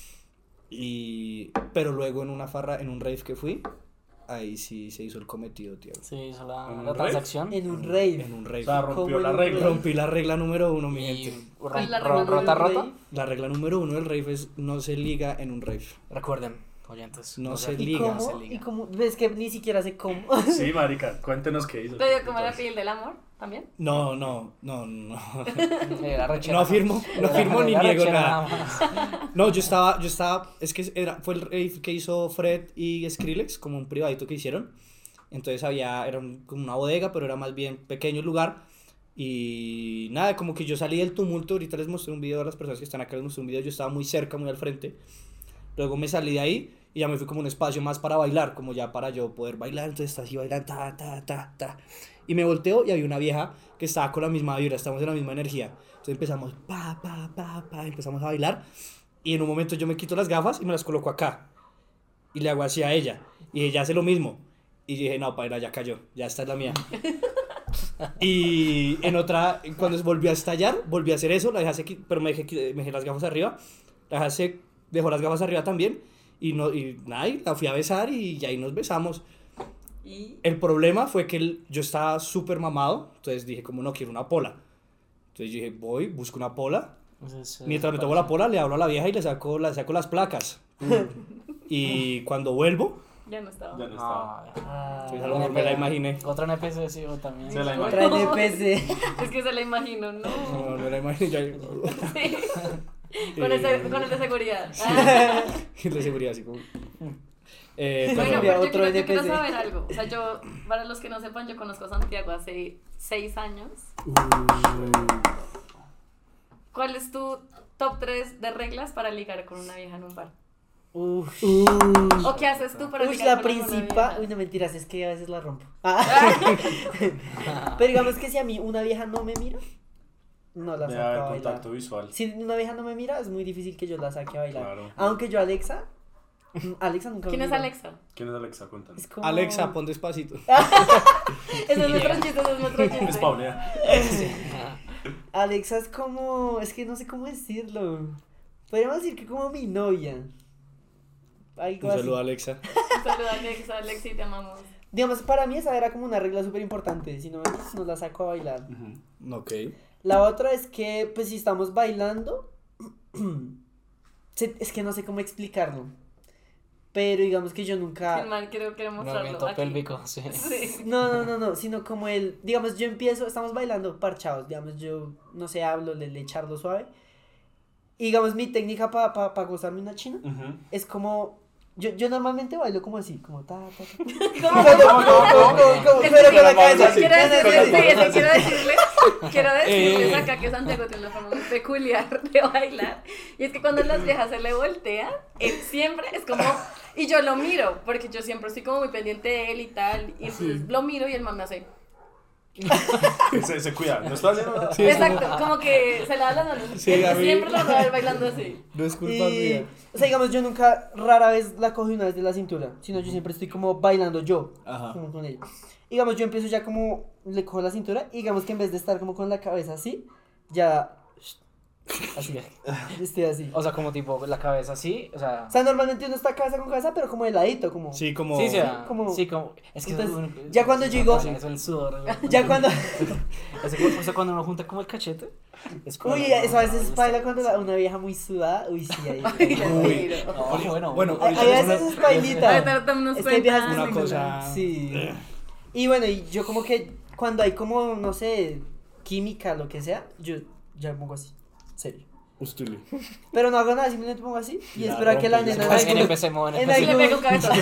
Speaker 4: Y, pero luego en una farra, en un rave que fui, ahí sí se hizo el cometido, tío.
Speaker 6: Sí, hizo la,
Speaker 5: ¿En un
Speaker 6: la
Speaker 5: rave?
Speaker 6: transacción.
Speaker 8: En un rave.
Speaker 4: En un rave.
Speaker 5: O sea, rompió
Speaker 8: ¿Cómo
Speaker 5: la
Speaker 8: en un
Speaker 5: regla.
Speaker 4: Rompí la regla número uno, mi
Speaker 6: Y
Speaker 4: gente.
Speaker 7: ¿Cuál es la
Speaker 6: ro-
Speaker 7: regla
Speaker 6: rota,
Speaker 8: número
Speaker 6: rota.
Speaker 8: uno?
Speaker 4: La regla número uno del rave es no se liga en un rave.
Speaker 6: Recuerden, oyentes.
Speaker 4: No se
Speaker 8: ¿Y
Speaker 4: liga.
Speaker 8: cómo?
Speaker 6: se liga.
Speaker 8: ¿Y cómo? Ves que ni siquiera sé cómo.
Speaker 5: Sí, marica, cuéntenos qué hizo.
Speaker 7: ¿Te dio como la piel del amor también?
Speaker 4: No, no, no, no.
Speaker 6: Era rechera.
Speaker 4: No afirmo, no afirmo ni
Speaker 6: Era
Speaker 4: niego
Speaker 6: rechera
Speaker 4: nada.
Speaker 6: más.
Speaker 4: No, yo estaba, yo estaba, es que era, fue el rave que hizo Fred y Skrillex, como un privadito que hicieron. Entonces había, era un- como una bodega, pero era más bien pequeño el lugar. Y nada, como que yo salí del tumulto, ahorita les mostré un video a las personas que están acá, les mostré un video, yo estaba muy cerca, muy al frente. Luego me salí de ahí y ya me fui como un espacio más para bailar, como ya para yo poder bailar, entonces estaba así bailando, ta, ta, ta, ta. Y me volteo y había una vieja que estaba con la misma vibra, estamos en la misma energía. Entonces empezamos, pa, pa, pa, pa, empezamos a bailar. Y en un momento yo me quito las gafas y me las coloco acá. Y le hago así a ella. Y ella hace lo mismo. Y dije, no, paila, ya cayó, ya esta es la mía. Y en otra, cuando volvió a estallar, volví a hacer eso, la dejé así, pero me dejé, me dejé las gafas arriba. La dejé así, dejó las gafas arriba también. Y, no, y nada, y la fui a besar y, ahí nos besamos.
Speaker 7: Y
Speaker 4: El problema fue que el- yo estaba súper mamado, entonces dije, como no quiero una pola. Entonces dije, voy, busco una pola.
Speaker 6: Entonces, eh,
Speaker 4: Mientras me tomo la pola, le hablo a la vieja y le saco, le saco las placas. Y cuando vuelvo,
Speaker 7: ya no estaba.
Speaker 5: Ya no estaba.
Speaker 6: Ah,
Speaker 8: Ah,
Speaker 4: pues a lo mejor me la imaginé.
Speaker 6: Otro N P C, sí, o también.
Speaker 5: Se la imagino.
Speaker 8: Otra N P C.
Speaker 7: Es que se la imagino, ¿no?
Speaker 4: No, me la imaginé. Ya,
Speaker 7: Sí. Con, ese, con el de seguridad.
Speaker 4: y de seguridad, así como. Eh,
Speaker 7: Bueno,
Speaker 8: Había
Speaker 7: pero yo
Speaker 8: otro
Speaker 7: quiero, yo
Speaker 8: N P C.
Speaker 7: quiero saber algo. O sea, yo, para los que no sepan, yo conozco a Santiago hace seis años. ¿Cuál es tu top tres de reglas para ligar con una vieja en un bar?
Speaker 8: Uf.
Speaker 7: ¿O qué haces tú para
Speaker 8: Uy,
Speaker 7: ligar
Speaker 8: la
Speaker 7: con alguna
Speaker 8: principal.
Speaker 7: vieja?
Speaker 8: Uy, no mentiras, es que a veces la rompo. Ah. Pero digamos que si a mí una vieja no me mira, no la
Speaker 5: Debe
Speaker 8: saco a
Speaker 5: haber
Speaker 8: bailar.
Speaker 5: contacto visual.
Speaker 8: Si una vieja no me mira, es muy difícil que yo la saque a bailar.
Speaker 5: Claro.
Speaker 8: Aunque yo, Alexa. mm, Alexa nunca me
Speaker 7: ¿Quién es
Speaker 8: mira.
Speaker 7: Alexa?
Speaker 5: ¿Quién es Alexa? Cuéntanos.
Speaker 8: Es como...
Speaker 4: Alexa, pon despacito.
Speaker 7: Ese es nuestro chiste, ese es nuestro chiste.
Speaker 5: Es Paulea.
Speaker 8: Alexa es como, es que no sé cómo decirlo. Podríamos decir que como mi novia. Algo
Speaker 4: Un
Speaker 8: así.
Speaker 4: saludo a Alexa.
Speaker 7: Un saludo a Alexa, Alexi, te amamos.
Speaker 8: Digamos, para mí esa era como una regla súper importante. Si no me gusta, nos la saco a bailar.
Speaker 5: Ujú.
Speaker 4: Ok.
Speaker 8: La otra es que, pues, si estamos bailando, se- es que no sé cómo explicarlo. Pero digamos que yo
Speaker 7: El
Speaker 8: nunca.
Speaker 7: man quiero, quiero mostrarlo
Speaker 6: Movimiento
Speaker 7: aquí.
Speaker 6: pélvico, sí.
Speaker 7: Sí.
Speaker 8: No, no, no, no, sino como el. Digamos, yo empiezo, estamos bailando parchados. Digamos, yo no sé, hablo, le, le echarlo suave. Y digamos, mi técnica para pa, pa gozarme una china
Speaker 5: Ujú.
Speaker 8: es como. Yo, yo normalmente bailo como así, como ta, ta, ta.
Speaker 7: ¿Cómo?
Speaker 8: Como- como- como- como- como-
Speaker 7: Es
Speaker 8: pero
Speaker 7: que
Speaker 8: con la
Speaker 7: sí,
Speaker 8: cabeza.
Speaker 7: quiero
Speaker 8: No, no,
Speaker 7: decirles,
Speaker 8: no,
Speaker 7: sí,
Speaker 8: no,
Speaker 7: es
Speaker 8: no,
Speaker 7: que quiero decirles, quiero decirles
Speaker 4: Eh.
Speaker 7: acá que Santiago tiene una forma muy peculiar de bailar. Y es que cuando las viejas se le voltean, él siempre es como, y yo lo miro, porque yo siempre estoy como muy pendiente de él y tal. Y entonces lo miro y el man me hace.
Speaker 5: Se, se cuida, no estoy haciendo nada.
Speaker 4: Sí, es
Speaker 7: Exacto, como que se le da las manos.
Speaker 4: Sí,
Speaker 7: Él
Speaker 4: a mí-
Speaker 7: siempre lo va a ver bailando así.
Speaker 4: No es culpa
Speaker 8: Y,
Speaker 4: mía.
Speaker 8: o sea, digamos, yo nunca, rara vez la cojo una vez de la cintura, sino yo siempre estoy como bailando yo,
Speaker 4: Ajá.
Speaker 8: como con ella. Y, digamos, yo empiezo ya como, le cojo la cintura, y digamos que en vez de estar como con la cabeza así, ya,
Speaker 6: Así.
Speaker 8: estoy así.
Speaker 6: O sea, como tipo la cabeza así, o sea.
Speaker 8: O sea, normalmente uno está cabeza con cabeza, pero como de ladito, como.
Speaker 4: Sí, como.
Speaker 6: Sí, sí, ah,
Speaker 8: como-
Speaker 6: sí, como. Es que
Speaker 8: Entonces,
Speaker 6: uno-
Speaker 8: ya cuando yo digo-
Speaker 6: Sí, eso es el sudor. güey.
Speaker 8: Ya cuando.
Speaker 6: Ese cuerpo, o sea, cuando uno junta como el cachete. Es como-
Speaker 8: Uy, eso a veces baila cuando la- una vieja muy sudada. Uy, sí, ahí.
Speaker 4: Uy.
Speaker 6: No, bueno,
Speaker 4: Bueno,
Speaker 8: Hay,
Speaker 4: ahorita
Speaker 8: hay
Speaker 4: es
Speaker 8: veces
Speaker 4: una-
Speaker 8: es bailita.
Speaker 7: Ahorita damos
Speaker 8: Es que hay viejas
Speaker 7: cuenta.
Speaker 8: que
Speaker 4: Una
Speaker 8: se
Speaker 4: cosa-
Speaker 8: cuentan. Sí. Y bueno, y yo como que cuando hay como, no sé, química, lo que sea, yo ya me pongo así. Serio.
Speaker 4: Ustuli.
Speaker 8: Pero no hago nada, simplemente pongo así y
Speaker 4: La
Speaker 8: espero a que la
Speaker 4: rompes.
Speaker 8: nena
Speaker 6: Es que en
Speaker 8: en
Speaker 6: empecemos en
Speaker 8: en
Speaker 6: empecemos.
Speaker 7: Y le pego un cabezazo.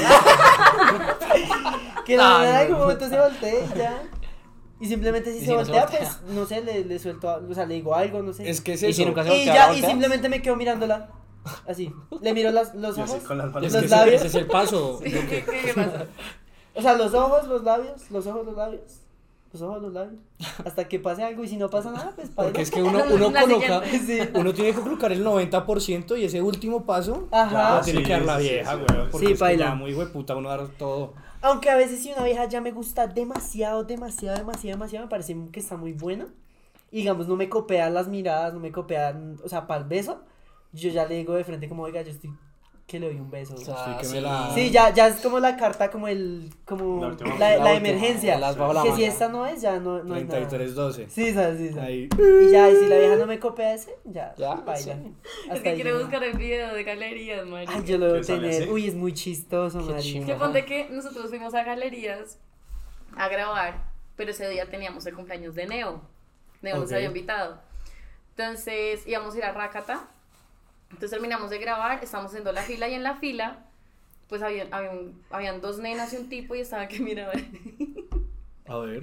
Speaker 8: que la
Speaker 6: Ah,
Speaker 8: nena en
Speaker 6: no,
Speaker 8: algún
Speaker 6: no.
Speaker 8: momento se voltee y ya. Y simplemente si
Speaker 6: Y
Speaker 8: se
Speaker 6: si no se
Speaker 8: voltea,
Speaker 6: voltea.
Speaker 8: pues no sé, le, le suelto, a- o sea, le digo algo, no sé.
Speaker 4: Es que es
Speaker 6: Y
Speaker 4: eso.
Speaker 6: si nunca se
Speaker 8: y
Speaker 6: voltea,
Speaker 8: ya,
Speaker 6: ¿la
Speaker 8: y
Speaker 6: volteas?
Speaker 8: simplemente me quedo mirándola. Así. Le miro las, los
Speaker 5: Y así
Speaker 8: ojos.
Speaker 5: con las manos.
Speaker 4: Es
Speaker 8: los
Speaker 4: que ese,
Speaker 8: labios.
Speaker 4: ese es el paso.
Speaker 7: ¿Qué, qué, qué pasa?
Speaker 8: O sea, los ojos, los labios, los ojos, los labios. Los ojos, los labios. Hasta que pase algo y si no pasa nada, pues para
Speaker 4: Porque es que uno, uno
Speaker 7: La
Speaker 4: coloca.
Speaker 8: siguiente.
Speaker 4: Uno tiene que colocar el noventa por ciento y ese último paso.
Speaker 8: Ajá.
Speaker 4: Lo tiene
Speaker 5: Sí,
Speaker 4: que dar la
Speaker 5: sí, sí,
Speaker 4: vieja,
Speaker 5: sí,
Speaker 4: güey.
Speaker 5: sí.
Speaker 4: Porque
Speaker 8: Sí,
Speaker 4: es que
Speaker 8: baila.
Speaker 4: ya muy hueputa uno dar todo.
Speaker 8: Aunque a veces si una vieja ya me gusta demasiado, demasiado, demasiado, demasiado, me parece que está muy buena. Y digamos, no me copean las miradas, no me copean, o sea, para el beso, yo ya le digo de frente como, oiga, yo estoy, que le doy un beso.
Speaker 6: O sea,
Speaker 4: Sí, que me
Speaker 6: sí.
Speaker 4: la-
Speaker 8: Sí, ya, ya es como la carta, como el, como
Speaker 5: La última.
Speaker 8: la,
Speaker 6: La
Speaker 8: la
Speaker 6: última,
Speaker 8: emergencia.
Speaker 6: las bajo la
Speaker 8: Que si
Speaker 6: manga.
Speaker 8: esta no es, ya no, no hay
Speaker 4: treinta y
Speaker 8: nada.
Speaker 4: tres doce.
Speaker 8: Sí, sabes, sí, sabes.
Speaker 4: Ahí.
Speaker 8: Y ya, y si la vieja no me copia ese, ya,
Speaker 6: Ya,
Speaker 8: baila.
Speaker 6: sí.
Speaker 7: Es
Speaker 8: Hasta
Speaker 7: que
Speaker 8: ahí
Speaker 7: quiero
Speaker 8: llega.
Speaker 7: buscar el video de galerías, marica.
Speaker 8: Ay, yo lo debo
Speaker 5: ¿Qué sale
Speaker 8: tener.
Speaker 5: así?
Speaker 8: Uy, es muy chistoso,
Speaker 6: Qué
Speaker 8: marica.
Speaker 6: chimba.
Speaker 7: Que ponte que nosotros fuimos a galerías a grabar, pero ese día teníamos el cumpleaños de Neo. Neo nos
Speaker 4: Ok.
Speaker 7: había invitado. Entonces íbamos a ir a Rakata. Entonces terminamos de grabar, estábamos haciendo la fila y en la fila, pues había, había un- habían dos nenas y un tipo y estaba que miraba.
Speaker 4: A ver.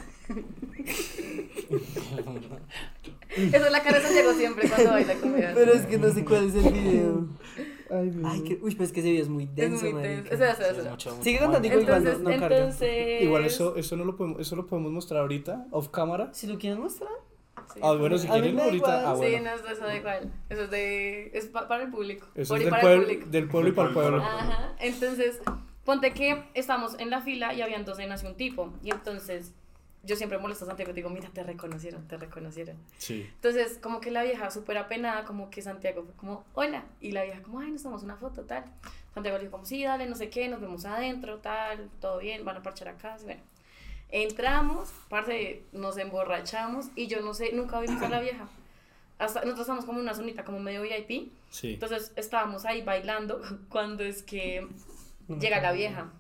Speaker 7: Esa es la cara de Santiago siempre cuando baila conmigo.
Speaker 8: Pero es que no sé cuál es el video. Ay, que, uy, pues que ese video es muy
Speaker 7: Es
Speaker 8: denso,
Speaker 7: muy
Speaker 8: marica.
Speaker 7: tenso. Ese, ese,
Speaker 6: Sí,
Speaker 7: ese.
Speaker 6: es mucho, mucho.
Speaker 8: Sigue contando igual,
Speaker 7: Entonces,
Speaker 8: no, no carga.
Speaker 7: entonces...
Speaker 4: Igual eso, eso no lo podemos, eso lo podemos mostrar ahorita, off cámara.
Speaker 8: Si lo quieren mostrar.
Speaker 7: Sí.
Speaker 4: Ah, bueno, si
Speaker 8: A mí
Speaker 4: quieren
Speaker 8: me da
Speaker 4: ahorita.
Speaker 8: igual.
Speaker 4: Ah,
Speaker 7: Sí,
Speaker 4: bueno.
Speaker 7: no, eso da igual. Eso es de... es pa- para el público.
Speaker 4: Eso
Speaker 7: Por
Speaker 4: es
Speaker 7: y
Speaker 4: del,
Speaker 7: para el
Speaker 4: pueblo,
Speaker 7: público.
Speaker 4: del pueblo y para el pueblo.
Speaker 7: Ajá. Entonces, ponte que estamos en la fila y habían dos nenas y un tipo. Y entonces, yo siempre molesto a Santiago y digo, mira, te reconocieron, te reconocieron.
Speaker 4: Sí.
Speaker 7: Entonces, como que la vieja súper apenada, como que Santiago fue como, hola. Y la vieja como, ay, nos tomamos una foto, tal. Santiago le dijo como, sí, dale, no sé qué, nos vemos adentro, tal, todo bien, van a parchar acá. Sí, bueno. Entramos, parce, nos emborrachamos y yo no sé, nunca vimos a la vieja. Hasta, nosotros estamos como en una zonita, como medio V I P.
Speaker 4: Sí.
Speaker 7: Entonces estábamos ahí bailando cuando es que llega la vieja.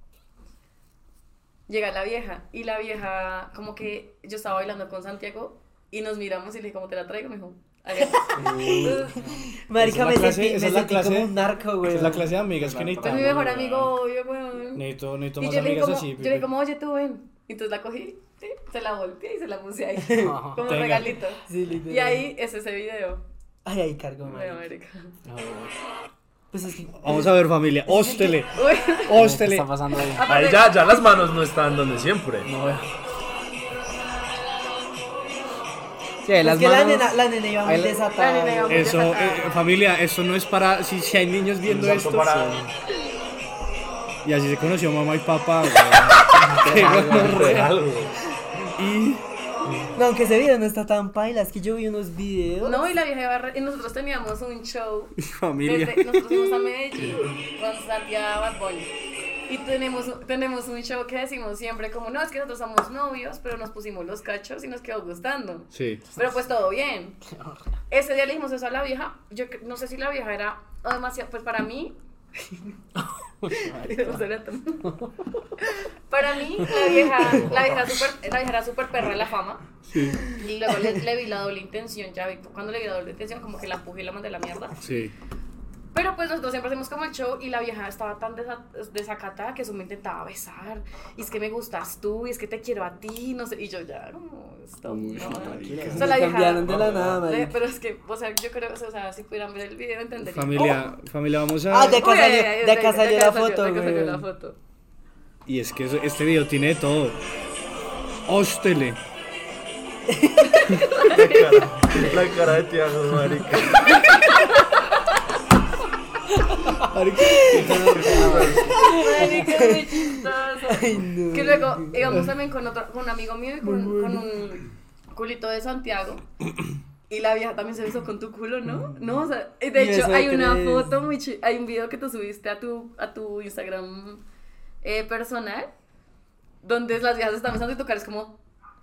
Speaker 7: Llega la vieja y la vieja, como que yo estaba bailando con Santiago y nos miramos y le dije, ¿cómo te la traigo? Me dijo, "Hágale". Entonces,
Speaker 8: Marica,
Speaker 4: Esa
Speaker 8: me
Speaker 4: es la clase-
Speaker 8: sentí,
Speaker 4: esa
Speaker 8: me
Speaker 4: es la
Speaker 8: sentí
Speaker 4: clase-
Speaker 8: como un narco, güey.
Speaker 4: Esa es la clase de amigas que
Speaker 5: Claro.
Speaker 7: pues
Speaker 4: necesitamos.
Speaker 7: mi mejor
Speaker 4: weón.
Speaker 7: amigo, obvio, weón.
Speaker 4: Necesito, necesito
Speaker 7: Y
Speaker 4: más
Speaker 7: yo le dije,
Speaker 4: amigas
Speaker 7: como,
Speaker 4: así.
Speaker 7: yo le dije como, oye, tú ven. Y entonces la cogí, ¿sí? Se la volteé y se la puse ahí,
Speaker 6: Ajá.
Speaker 7: como
Speaker 4: Tenga.
Speaker 7: regalito.
Speaker 8: Sí, literal.
Speaker 7: Y ahí es ese video.
Speaker 8: Ay, ahí cargo,
Speaker 7: Bueno,
Speaker 8: marica.
Speaker 7: marica.
Speaker 8: Pues es que.
Speaker 4: Vamos a ver, familia. Hóstele.
Speaker 7: Uy,
Speaker 6: ¿Qué
Speaker 4: Hóstele.
Speaker 6: está pasando ahí?
Speaker 5: Ahí ya, ya las manos no están donde siempre.
Speaker 6: No veo. Sí,
Speaker 8: Es
Speaker 6: las
Speaker 8: que
Speaker 6: manos.
Speaker 8: la nena, la nena iba muy
Speaker 6: Ahí la-
Speaker 8: desatada.
Speaker 7: La nena iba muy-
Speaker 4: Eso, eh, familia, eso no es para. Si, si hay niños viendo
Speaker 5: Un salto
Speaker 4: esto.
Speaker 5: para-
Speaker 4: Y así se conoció mamá y papá. güey. Qué
Speaker 5: Algo,
Speaker 4: gonorrea.
Speaker 5: algo.
Speaker 4: Y.
Speaker 8: No, aunque ese video no está tan paila, es que yo vi unos videos.
Speaker 7: No, y la vieja iba re- y nosotros teníamos un show.
Speaker 4: Familia.
Speaker 7: Desde, nosotros fuimos a Medellín con Santiago Bad Bunny. Y tenemos, tenemos un show que decimos siempre como, no, es que nosotros somos novios, pero nos pusimos los cachos y nos quedó gustando.
Speaker 4: Sí.
Speaker 7: Pero pues todo bien. Ese día le dijimos eso a la vieja. Yo cre- no sé si la vieja era demasiado, pues para mí... Para mí, la vieja, la vieja, era super, la vieja era súper perra de la fama.
Speaker 4: Sí.
Speaker 7: Y luego le, le vi la doble intención, ya vi, cuando le vi la doble intención, como que la empujé y la mandé a la mierda.
Speaker 4: Sí.
Speaker 7: Pero pues nosotros siempre hacemos como el show y la vieja estaba tan desa- desacatada que eso me intentaba besar. Y es que me gustas tú, y es que te quiero a ti, no sé. Y yo ya, no, stop,
Speaker 4: Uy,
Speaker 7: no.
Speaker 4: tranquila.
Speaker 7: O sea, la vieja,
Speaker 8: Cambiaron de la nada,
Speaker 7: eh,
Speaker 8: marica.
Speaker 7: pero es que, o sea, yo creo, o sea, si pudieran ver el video, entenderían.
Speaker 4: Familia, familia, vamos a...
Speaker 8: Ah, de acá
Speaker 7: Uy,
Speaker 8: salió,
Speaker 7: ay, ay,
Speaker 8: de acá
Speaker 7: de
Speaker 8: salió
Speaker 7: acá
Speaker 8: la
Speaker 7: salió-
Speaker 8: foto,
Speaker 7: de acá salió
Speaker 8: güey.
Speaker 7: la foto.
Speaker 4: Y es que eso- este video tiene de todo. Hóstele.
Speaker 2: La cara, la cara de Tiago, marica.
Speaker 7: Marica, muy chistoso. Que luego íbamos también con otro, con un amigo mío y con, con un culito de Santiago. Y la vieja también se besó con tu culo, ¿no? No, o sea, de
Speaker 8: ¿Y
Speaker 7: hecho
Speaker 8: eso
Speaker 7: hay una
Speaker 8: crees?
Speaker 7: foto muy chi- hay un video que tú subiste a tu a tu Instagram eh, personal donde las viejas están besando y tu cara es como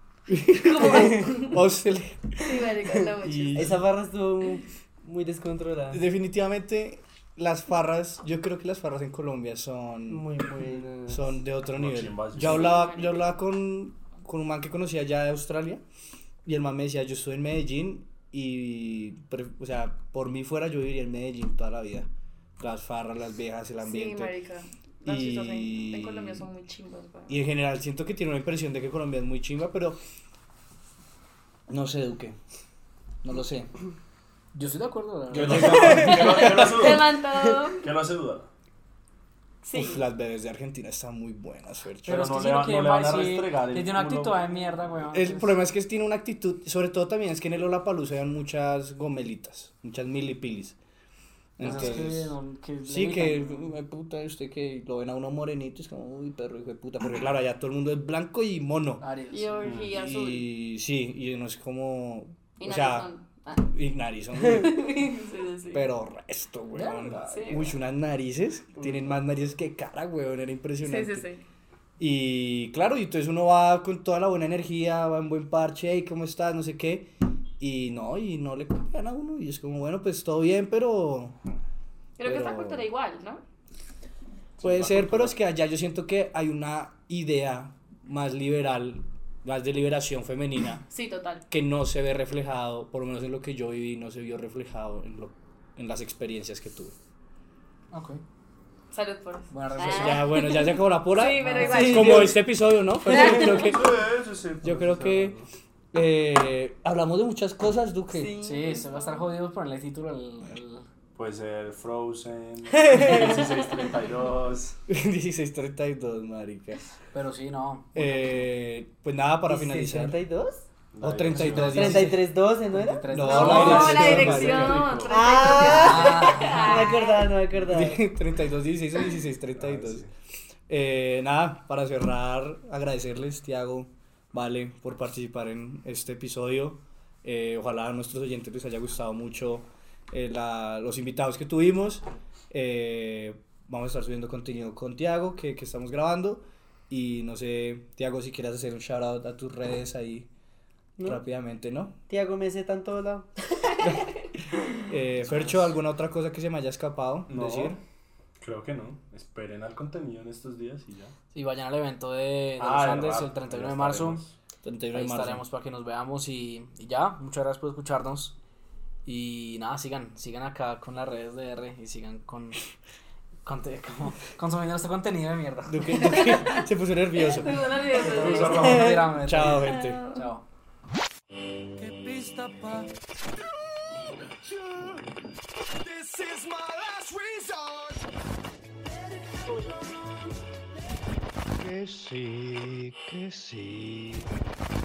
Speaker 7: como
Speaker 4: Hóstele.
Speaker 7: sí, marica, no, muy
Speaker 4: Y-
Speaker 7: chistoso.
Speaker 8: Esa barra estuvo muy descontrolada.
Speaker 4: Definitivamente, las farras, yo creo que las farras en Colombia son...
Speaker 8: Muy buena.
Speaker 4: son de otro
Speaker 5: Como
Speaker 4: nivel.
Speaker 5: chimbas,
Speaker 4: Yo
Speaker 5: sí.
Speaker 4: hablaba, yo hablaba con, con un man que conocía allá de Australia y el man me decía, yo estuve en Medellín y, pre- o sea, por mí fuera yo viviría en Medellín toda la vida. Las farras, las viejas, el
Speaker 7: Sí,
Speaker 4: ambiente.
Speaker 7: marica. Las
Speaker 4: Y-
Speaker 7: fiestas en, en Colombia son muy chimbas, güey.
Speaker 4: Y en general siento que tiene una impresión de que Colombia es muy chimba, pero no sé, Duque. No lo sé.
Speaker 6: Yo estoy de acuerdo. la
Speaker 5: ¿Qué
Speaker 6: verdad.
Speaker 5: lo, qué lo- qué lo hace
Speaker 7: Te
Speaker 5: dudar?
Speaker 7: levantó.
Speaker 5: ¿Qué lo hace dudar?
Speaker 7: Sí.
Speaker 4: Uf, las bebés de Argentina están muy buenas, Fercho.
Speaker 5: Pero
Speaker 6: Pero es
Speaker 5: no
Speaker 6: que
Speaker 5: le
Speaker 6: si
Speaker 5: va-
Speaker 6: no
Speaker 5: no
Speaker 6: quieren
Speaker 5: le van a
Speaker 6: decir,
Speaker 5: restregar el
Speaker 6: tiene una
Speaker 5: culo.
Speaker 6: actitud de mierda, weón.
Speaker 4: El
Speaker 6: entonces-
Speaker 4: problema es que tiene una actitud, sobre todo también es que en el Lollapalooza hay muchas gomelitas, muchas milipilis.
Speaker 6: Pues es
Speaker 4: Entonces,
Speaker 6: que no- que le
Speaker 4: sí, que,
Speaker 6: imitan.
Speaker 4: "Ay, puta, usted que lo ven a uno morenito, es como, uy, perro, hijo de puta, porque claro, allá todo el mundo es blanco y mono.
Speaker 6: Aries.
Speaker 7: Y orgía azul.
Speaker 4: Y sí, y no es como,
Speaker 7: Y
Speaker 4: o sea,
Speaker 7: narizón. Ah.
Speaker 4: y narizón,
Speaker 7: Sí, sí, sí.
Speaker 4: pero resto, weón.
Speaker 7: Sí.
Speaker 4: Uy, unas narices, tienen más narices que cara, weón, era
Speaker 7: Sí,
Speaker 4: impresionante.
Speaker 7: sí, sí.
Speaker 4: Y claro, y entonces uno va con toda la buena energía, va en buen parche, hey, ¿cómo estás? No sé qué. Y no, y no le copian a uno. Y es como, bueno, pues todo bien, pero
Speaker 7: Creo que esta
Speaker 4: Pero-
Speaker 7: cultura igual, ¿no?
Speaker 4: puede
Speaker 5: la
Speaker 4: ser, pero
Speaker 5: cultura.
Speaker 4: es que allá yo siento que hay una idea más liberal, más de liberación femenina,
Speaker 7: Sí, total.
Speaker 4: que no se ve reflejado, por lo menos en lo que yo viví, no se vio reflejado en, lo, en las experiencias que tuve.
Speaker 6: Ok.
Speaker 7: Salud por eso.
Speaker 6: Buena
Speaker 7: Ah.
Speaker 6: reflexión.
Speaker 4: Ya, bueno, ya se acabó la pura.
Speaker 7: Sí, pero igual.
Speaker 4: Como este episodio, ¿no? Pues yo creo que,
Speaker 5: Sí, sí, sí.
Speaker 4: yo creo que eh, hablamos de muchas cosas, Duque.
Speaker 6: Sí, se va a estar jodido ponerle título al. al-
Speaker 5: Puede ser Frozen, dieciséis treinta y dos.
Speaker 4: dieciséis treinta y dos, marica.
Speaker 6: Pero sí, no.
Speaker 4: Eh, pues nada, para finalizar.
Speaker 8: ¿treinta y dos?
Speaker 4: O treinta y dos,
Speaker 8: ¿treinta y tres doce, no era?
Speaker 6: treinta y tres.
Speaker 4: No,
Speaker 7: No,
Speaker 4: la
Speaker 7: la
Speaker 4: dirección,
Speaker 7: dirección.
Speaker 4: marica.
Speaker 8: Ah, no me acordaba, no me acordaba.
Speaker 4: treinta y dos, dieciséis o dieciséis treinta y dos.
Speaker 5: Ah, sí.
Speaker 4: Eh, nada, para cerrar, agradecerles, Tiago, Vale, por participar en este episodio. Eh, ojalá a nuestros oyentes les haya gustado mucho eh, la- los invitados que tuvimos. Eh, vamos a estar subiendo contenido con Tiago que, que estamos grabando. Y no sé, Tiago, si quieres hacer un shout out a tus redes ahí
Speaker 8: ¿No?
Speaker 4: rápidamente, ¿no?
Speaker 8: Tiago me sé tanto lado.
Speaker 4: Eh, Fercho, ¿alguna otra cosa que se me haya escapado
Speaker 5: No,
Speaker 4: decir?
Speaker 5: creo que no. Esperen al contenido en estos días y ya.
Speaker 6: Y vayan al evento de, de los
Speaker 5: Ah, de
Speaker 6: Andes
Speaker 5: rap,
Speaker 6: el treinta y uno
Speaker 5: ya
Speaker 6: de marzo.
Speaker 5: estaremos.
Speaker 4: treinta y uno
Speaker 6: Ahí
Speaker 4: de marzo.
Speaker 6: estaremos para que nos veamos y, y ya. Muchas gracias por escucharnos. Y nada, sigan, sigan acá con las redes de R y sigan con, con como, consumiendo este contenido de mierda.
Speaker 4: Duque, Duque se puso nervioso.
Speaker 7: Me suena nervioso, sí.
Speaker 6: Mentira, mentira.
Speaker 4: Chao, gente.
Speaker 6: Chao.
Speaker 1: This is my last resort.
Speaker 9: Que sí, que sí.